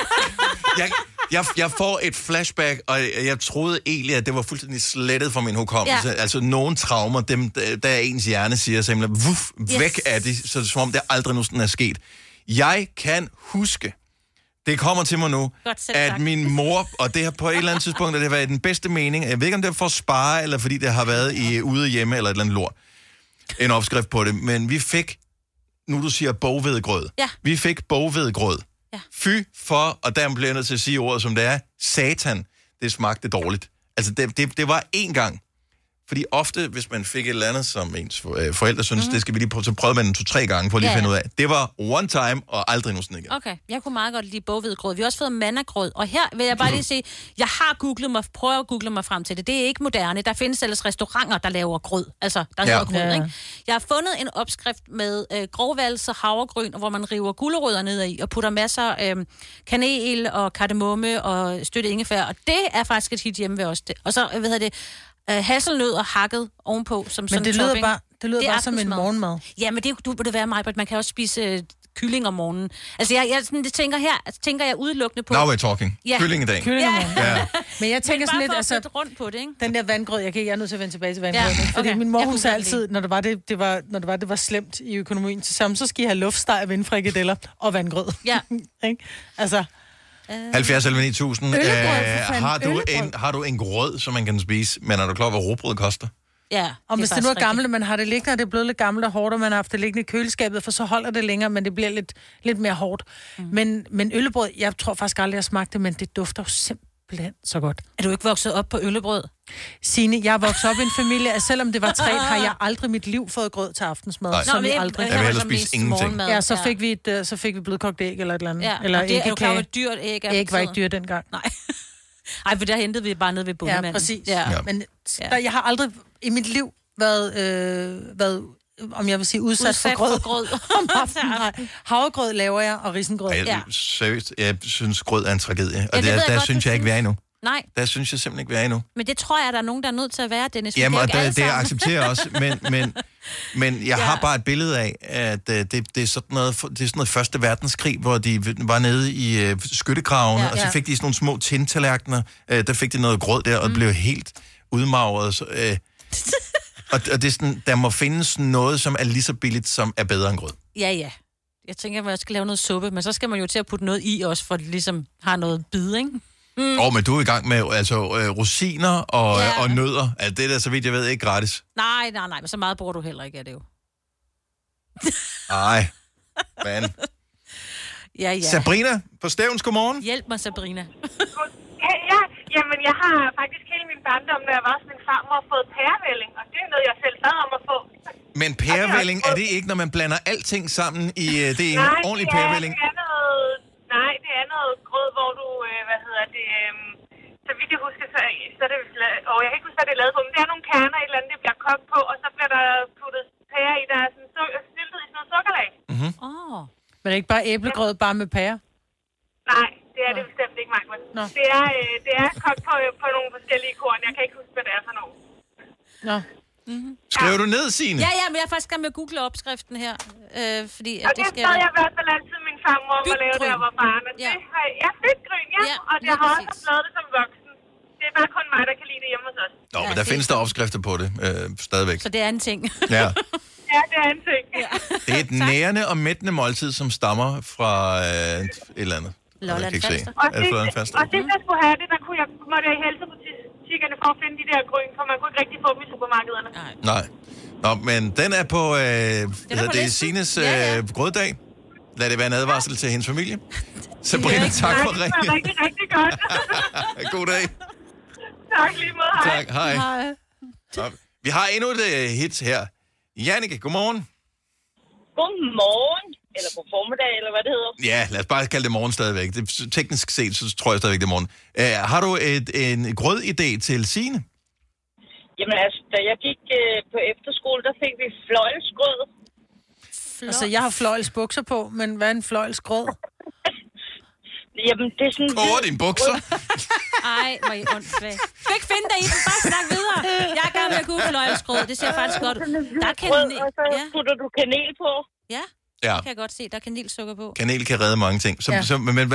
Jeg får et flashback, og jeg troede egentlig, at det var fuldstændig slettet fra min hukommelse. Ja. Altså, nogle traumer, der ens hjerne siger simpelthen, væk af det, så det er som om, det aldrig nogensinde er sket. Jeg kan huske, det kommer til mig nu, at min mor, og det har på et eller andet tidspunkt, det har været i den bedste mening, jeg ved ikke, om det er for at spare, eller fordi det har været i ude hjemme, eller et eller andet lort, en opskrift på det, men vi fik, nu du siger boghvedegrød, vi fik boghvedegrød. Ja. Fy for, og der bliver jeg nødt til at sige ordet, som det er, satan, det smagte dårligt. Altså, det var én gang. Fordi ofte, hvis man fik et eller andet, som ens forældre synes, det skal vi lige prøve, så prøvede man den 2-3 gange for at lige finde ud af. Det var one time, og aldrig nogensinde igen. Okay, jeg kunne meget godt lide boghvedegrød. Vi har også fået mannagrød, og her vil jeg bare lige sige, jeg har prøvet at google mig frem til det. Det er ikke moderne. Der findes ellers restauranter, der laver grød. Altså, der hedder grød, ikke? Jeg har fundet en opskrift med grovvalse havregryn, hvor man river gulerødder ned i, og putter masser kanel og kardemomme og støtte ingefær, og det er faktisk et hit hjemme ved os. Og så, hasselnødder hakket ovenpå som sådan en topping. Men det lyder bare som en morgenmad. Ja, men det burde være meget, man kan også spise kylling om morgenen. Altså, det tænker jeg udelukkende på. Now we're talking. Ja. Kylling i dag. Kylling om morgenen. Ja. Men jeg tænker sådan lidt, altså rundt på det, ikke? Den der vandgrød, jeg er nødt til at vende tilbage til vandgrød, fordi min mor hun sagde altid, når det var slemt i økonomien til sammen, så skal I have luftsteg, vindfrikadeller og vandgrød. Ja. Altså 70 eller 9000. Har du en grød, som man kan spise, men er du klar, hvad råbrød koster? Ja. Og hvis det nu er gammelt, man har det liggende, og det er blevet lidt gammelt og hårdt, og man har haft det liggende i køleskabet, for så holder det længere, men det bliver lidt mere hårdt. Men øllebrød, jeg tror faktisk aldrig, jeg smagte det, men det dufter jo simpelthen så godt. Er du ikke vokset op på øllebrød? Signe, jeg er vokset op i en familie, at selvom det var træt, har jeg aldrig mit liv fået grød til aftensmad. Aldrig. Jeg vil hellere spise ingenting. Ja, så fik vi blødkogt æg eller et eller andet. Ja, eller og det er jo klart, at dyrt æg er. Æg var ikke dyrt dengang. Nej. Ej, for der hentede vi bare ned ved bondemanden. Ja, præcis. Ja. Men jeg har aldrig i mit liv været om jeg vil sige, udsat for grød. Om aftenen. Havregrød laver jeg, og risengrød. Seriøst, jeg synes, grød er en tragedie. Og der synes jeg ikke, vi er endnu. Nej. Der synes jeg simpelthen ikke, vi er endnu. Men det tror jeg, der er nogen, der er nødt til at være, Dennis. Jamen, og det jeg accepterer også. Men jeg har bare et billede af, at det er sådan noget første verdenskrig, hvor de var nede i skyttegravene, og så fik de sådan nogle små tintallerkener. Der fik de noget grød der, og blev helt udmagret. Og det er sådan, der må findes noget, som er lige så billigt, som er bedre end grød. Ja. Jeg tænker, at man skal lave noget suppe, men så skal man jo til at putte noget i også, for at det ligesom har noget bid, ikke? Men du er i gang med rosiner og nødder. Altså, det er da, så vidt jeg ved, ikke gratis. Nej, men så meget bruger du heller ikke af det jo. Nej, men... Ja. Sabrina på Stævns, godmorgen. Hjælp mig, Sabrina. Jamen, jeg har faktisk hele min barndom, når jeg var sådan en farmor, og fået pærevælling, og det er noget, jeg selv bad om at få. Men pærevælling, er det ikke, når man blander alting sammen i det en ordentlig pærevælling? Nej, det er noget grød, hvor du, så vidt jeg husker, så er det, jeg kan ikke huske, hvad det er lavet på, men det er nogle kerner, et eller andet, det bliver kogt på, og så bliver der puttet pære i, der er sådan snyltet i sådan noget sukkerlag. Mm-hmm. Men det er ikke bare æblegrød, bare med pære? Nej, det er det bestemt ikke, Mark. Det er kogt på nogle forskellige korn. Jeg kan ikke huske, hvad det er for nogen. Nå. Mm-hmm. Skriver du ned, Signe? Ja, men jeg er faktisk gerne med at google opskriften her. Fordi, og det skal jeg i hvert fald altid min farmor at lave, der var barn. Jeg fik gryn, og jeg har også lavet det som voksen. Det er bare kun mig, der kan lide det hjemme hos os. Nå, men der findes der opskrifter på det, stadigvæk. Så det er en ting. Ja. Ja, det er en ting. Det er et nærende og mættende måltid, som stammer fra et eller andet. Lolland Falster. Og sidst jeg skulle have det, der måtte jeg i helsebutikkerne for at finde de der gryn, for man kunne ikke rigtig få dem i supermarkederne. Nej. Nå, men den er på, det er Signes grøddag. Lad det være en advarsel til hendes familie. Sabrina, tak for ringen. Det var rigtig, rigtig godt. God dag. Tak lige måde. Tak, hej. Så, vi har endnu et hit her. Jannike, godmorgen. Godmorgen. Eller på formiddag, eller hvad det hedder. Ja, lad os bare kalde det morgen stadigvæk. Teknisk set, så tror jeg stadigvæk, det er morgen. Har du en grød-idé til Signe? Jamen altså, da jeg gik på efterskole, der fik vi fløjlsgrød. Altså, jeg har fløjlsbukser på, men hvad er en fløjlsgrød? Jamen, det er sådan... dine bukser? Ej, hvor I åndssvagt. Du kan ikke finde dig i den, bare snak videre. Jeg er gerne med at kunne fløjlsgrød, det ser faktisk godt ud. Der er kanel... Og så putter du kanel på. Ja. Ja. Det kan jeg godt se. Der er kanelsukker på. Kanel kan redde mange ting. Men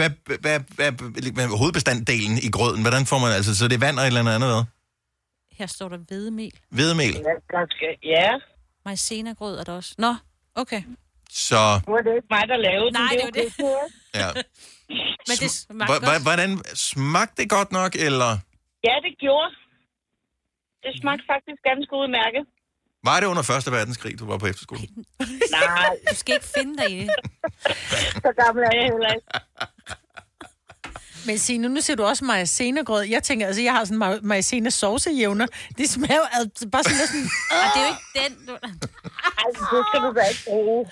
hvad hovedbestanddelen i grøden? Hvordan får man altså? Så det er vand og et eller andet, hvad? Her står der hvedemel. Hvedemel? Ja. Maizena-grød er der også. Nå, okay. Så... Nu er det ikke mig, der lavede den. Nej, det var det. Ja. Men det smagte godt. Hvordan smagte det godt nok, eller? Ja, det gjorde. Det smagte faktisk ganske udmærket. Var det under 1. verdenskrig, du var på efterskole? Nej. Du skal ikke finde dig i det. Så gammel er jeg heller ikke. Men Signe, nu ser du også maizena-grød. Jeg tænker, altså, jeg har sådan maizena-saucejævner. Det smager altså bare sådan lidt sådan... Det er jo ikke den, du... Altså, det skal du da ikke bruge.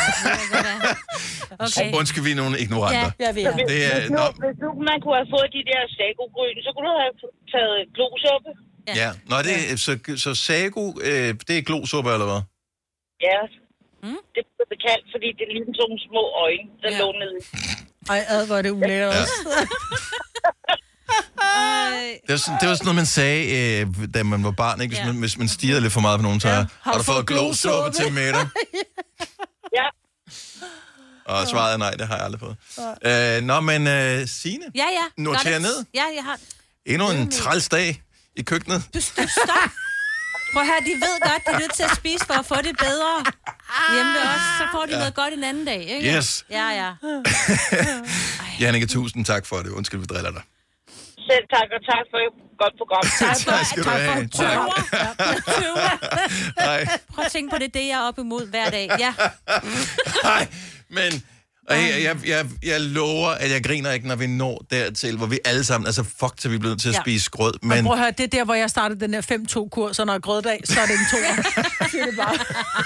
Okay. Undskyld, vi er nogle ignoranter. Ja, jeg ved. Det er, hvis nu man kunne have fået de der sago-gryn, så kunne du have taget glosuppe. Ja. Nå, så sago, det er glosuppe, eller hvad? Ja. Det blev kaldt, fordi det er ligesom sådan små øjne, der lå nede. Ej, hvor er det ulækkert også. Det var sådan noget, man sagde, da man var barn, ikke? Hvis man stirrede lidt for meget på nogen, så har du fået glosuppe til middag? Ja. Og svaret er nej, det har jeg aldrig fået. Nå, men Signe, Ja. noter ned. Ja, jeg har... Endnu en træls dag i køkkenet. Stop. Prøv at høre, de ved godt, de er nødt til at spise for at få det bedre. Hjemme ved os, så får de noget godt en anden dag, ikke? Yes. Ja. Jannike, tusind tak for det. Undskyld, vi driller dig. Selv tak, og tak for et godt program. Tak skal du have. Tak. Prøv at tænke på det, jeg er op imod hver dag. Ja. Nej, men... Og jeg lover, at jeg griner ikke, når vi når dertil, hvor vi alle sammen, altså fuck, til vi er blevet til at spise grød. Men... Og prøv at høre, det er der, hvor jeg startede den her 5-2-kurs, så når jeg grøddag, så er det en 2'er. Siger det bare.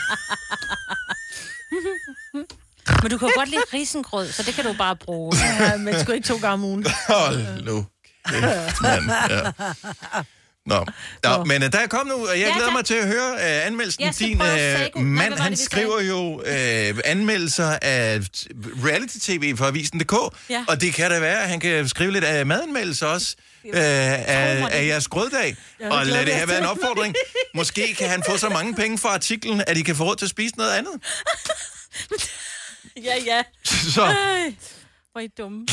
Men du kan godt lide risengrød, så det kan du bare bruge. Ja, men sgu ikke 2 gange om ugen. Hold nu. Mand, ja. Nå, men der er kommet nu, og jeg glæder mig til at høre anmeldelsen. Din mand, han skriver jo anmeldelser af reality-tv fra Avisen.dk, og det kan da være, at han kan skrive lidt af madanmeldelser også af jeres grøddag. Og lad det her være en opfordring. Måske kan han få så mange penge for artiklen, at I kan få råd til at spise noget andet. Ja. Så... Hvor er I dumme.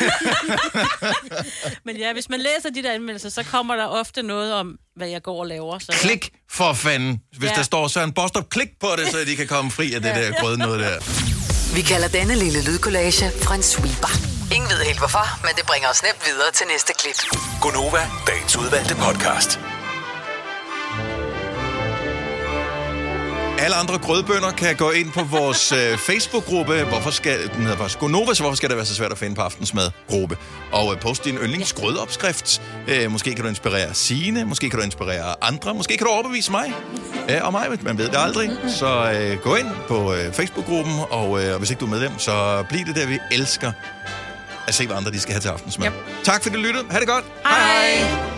Men ja, hvis man læser de der anmeldelser, så kommer der ofte noget om, hvad jeg går og laver. Så klik for fanden. Hvis der står Søren Bostrup, klik på det, så de kan komme fri af det der grød noget der. Vi kalder denne lille lydkollage en sweeper. Ingen ved helt hvorfor, men det bringer os nemt videre til næste klip. Gonova, dagens udvalgte podcast. Alle andre grødbønder kan gå ind på vores Facebook-gruppe. Den hedder bare Gonova, så hvorfor skal det være så svært at finde på aftensmad-gruppe? Og post din yndlingsgrødopskrift. Måske kan du inspirere Signe, måske kan du inspirere andre, måske kan du overbevise mig og mig, man ved det aldrig. Så gå ind på Facebook-gruppen, og hvis ikke du er medlem, så bliv det der, vi elsker at se, hvad andre de skal have til aftensmad. Yep. Tak fordi du lyttede. Ha' det godt. Hej.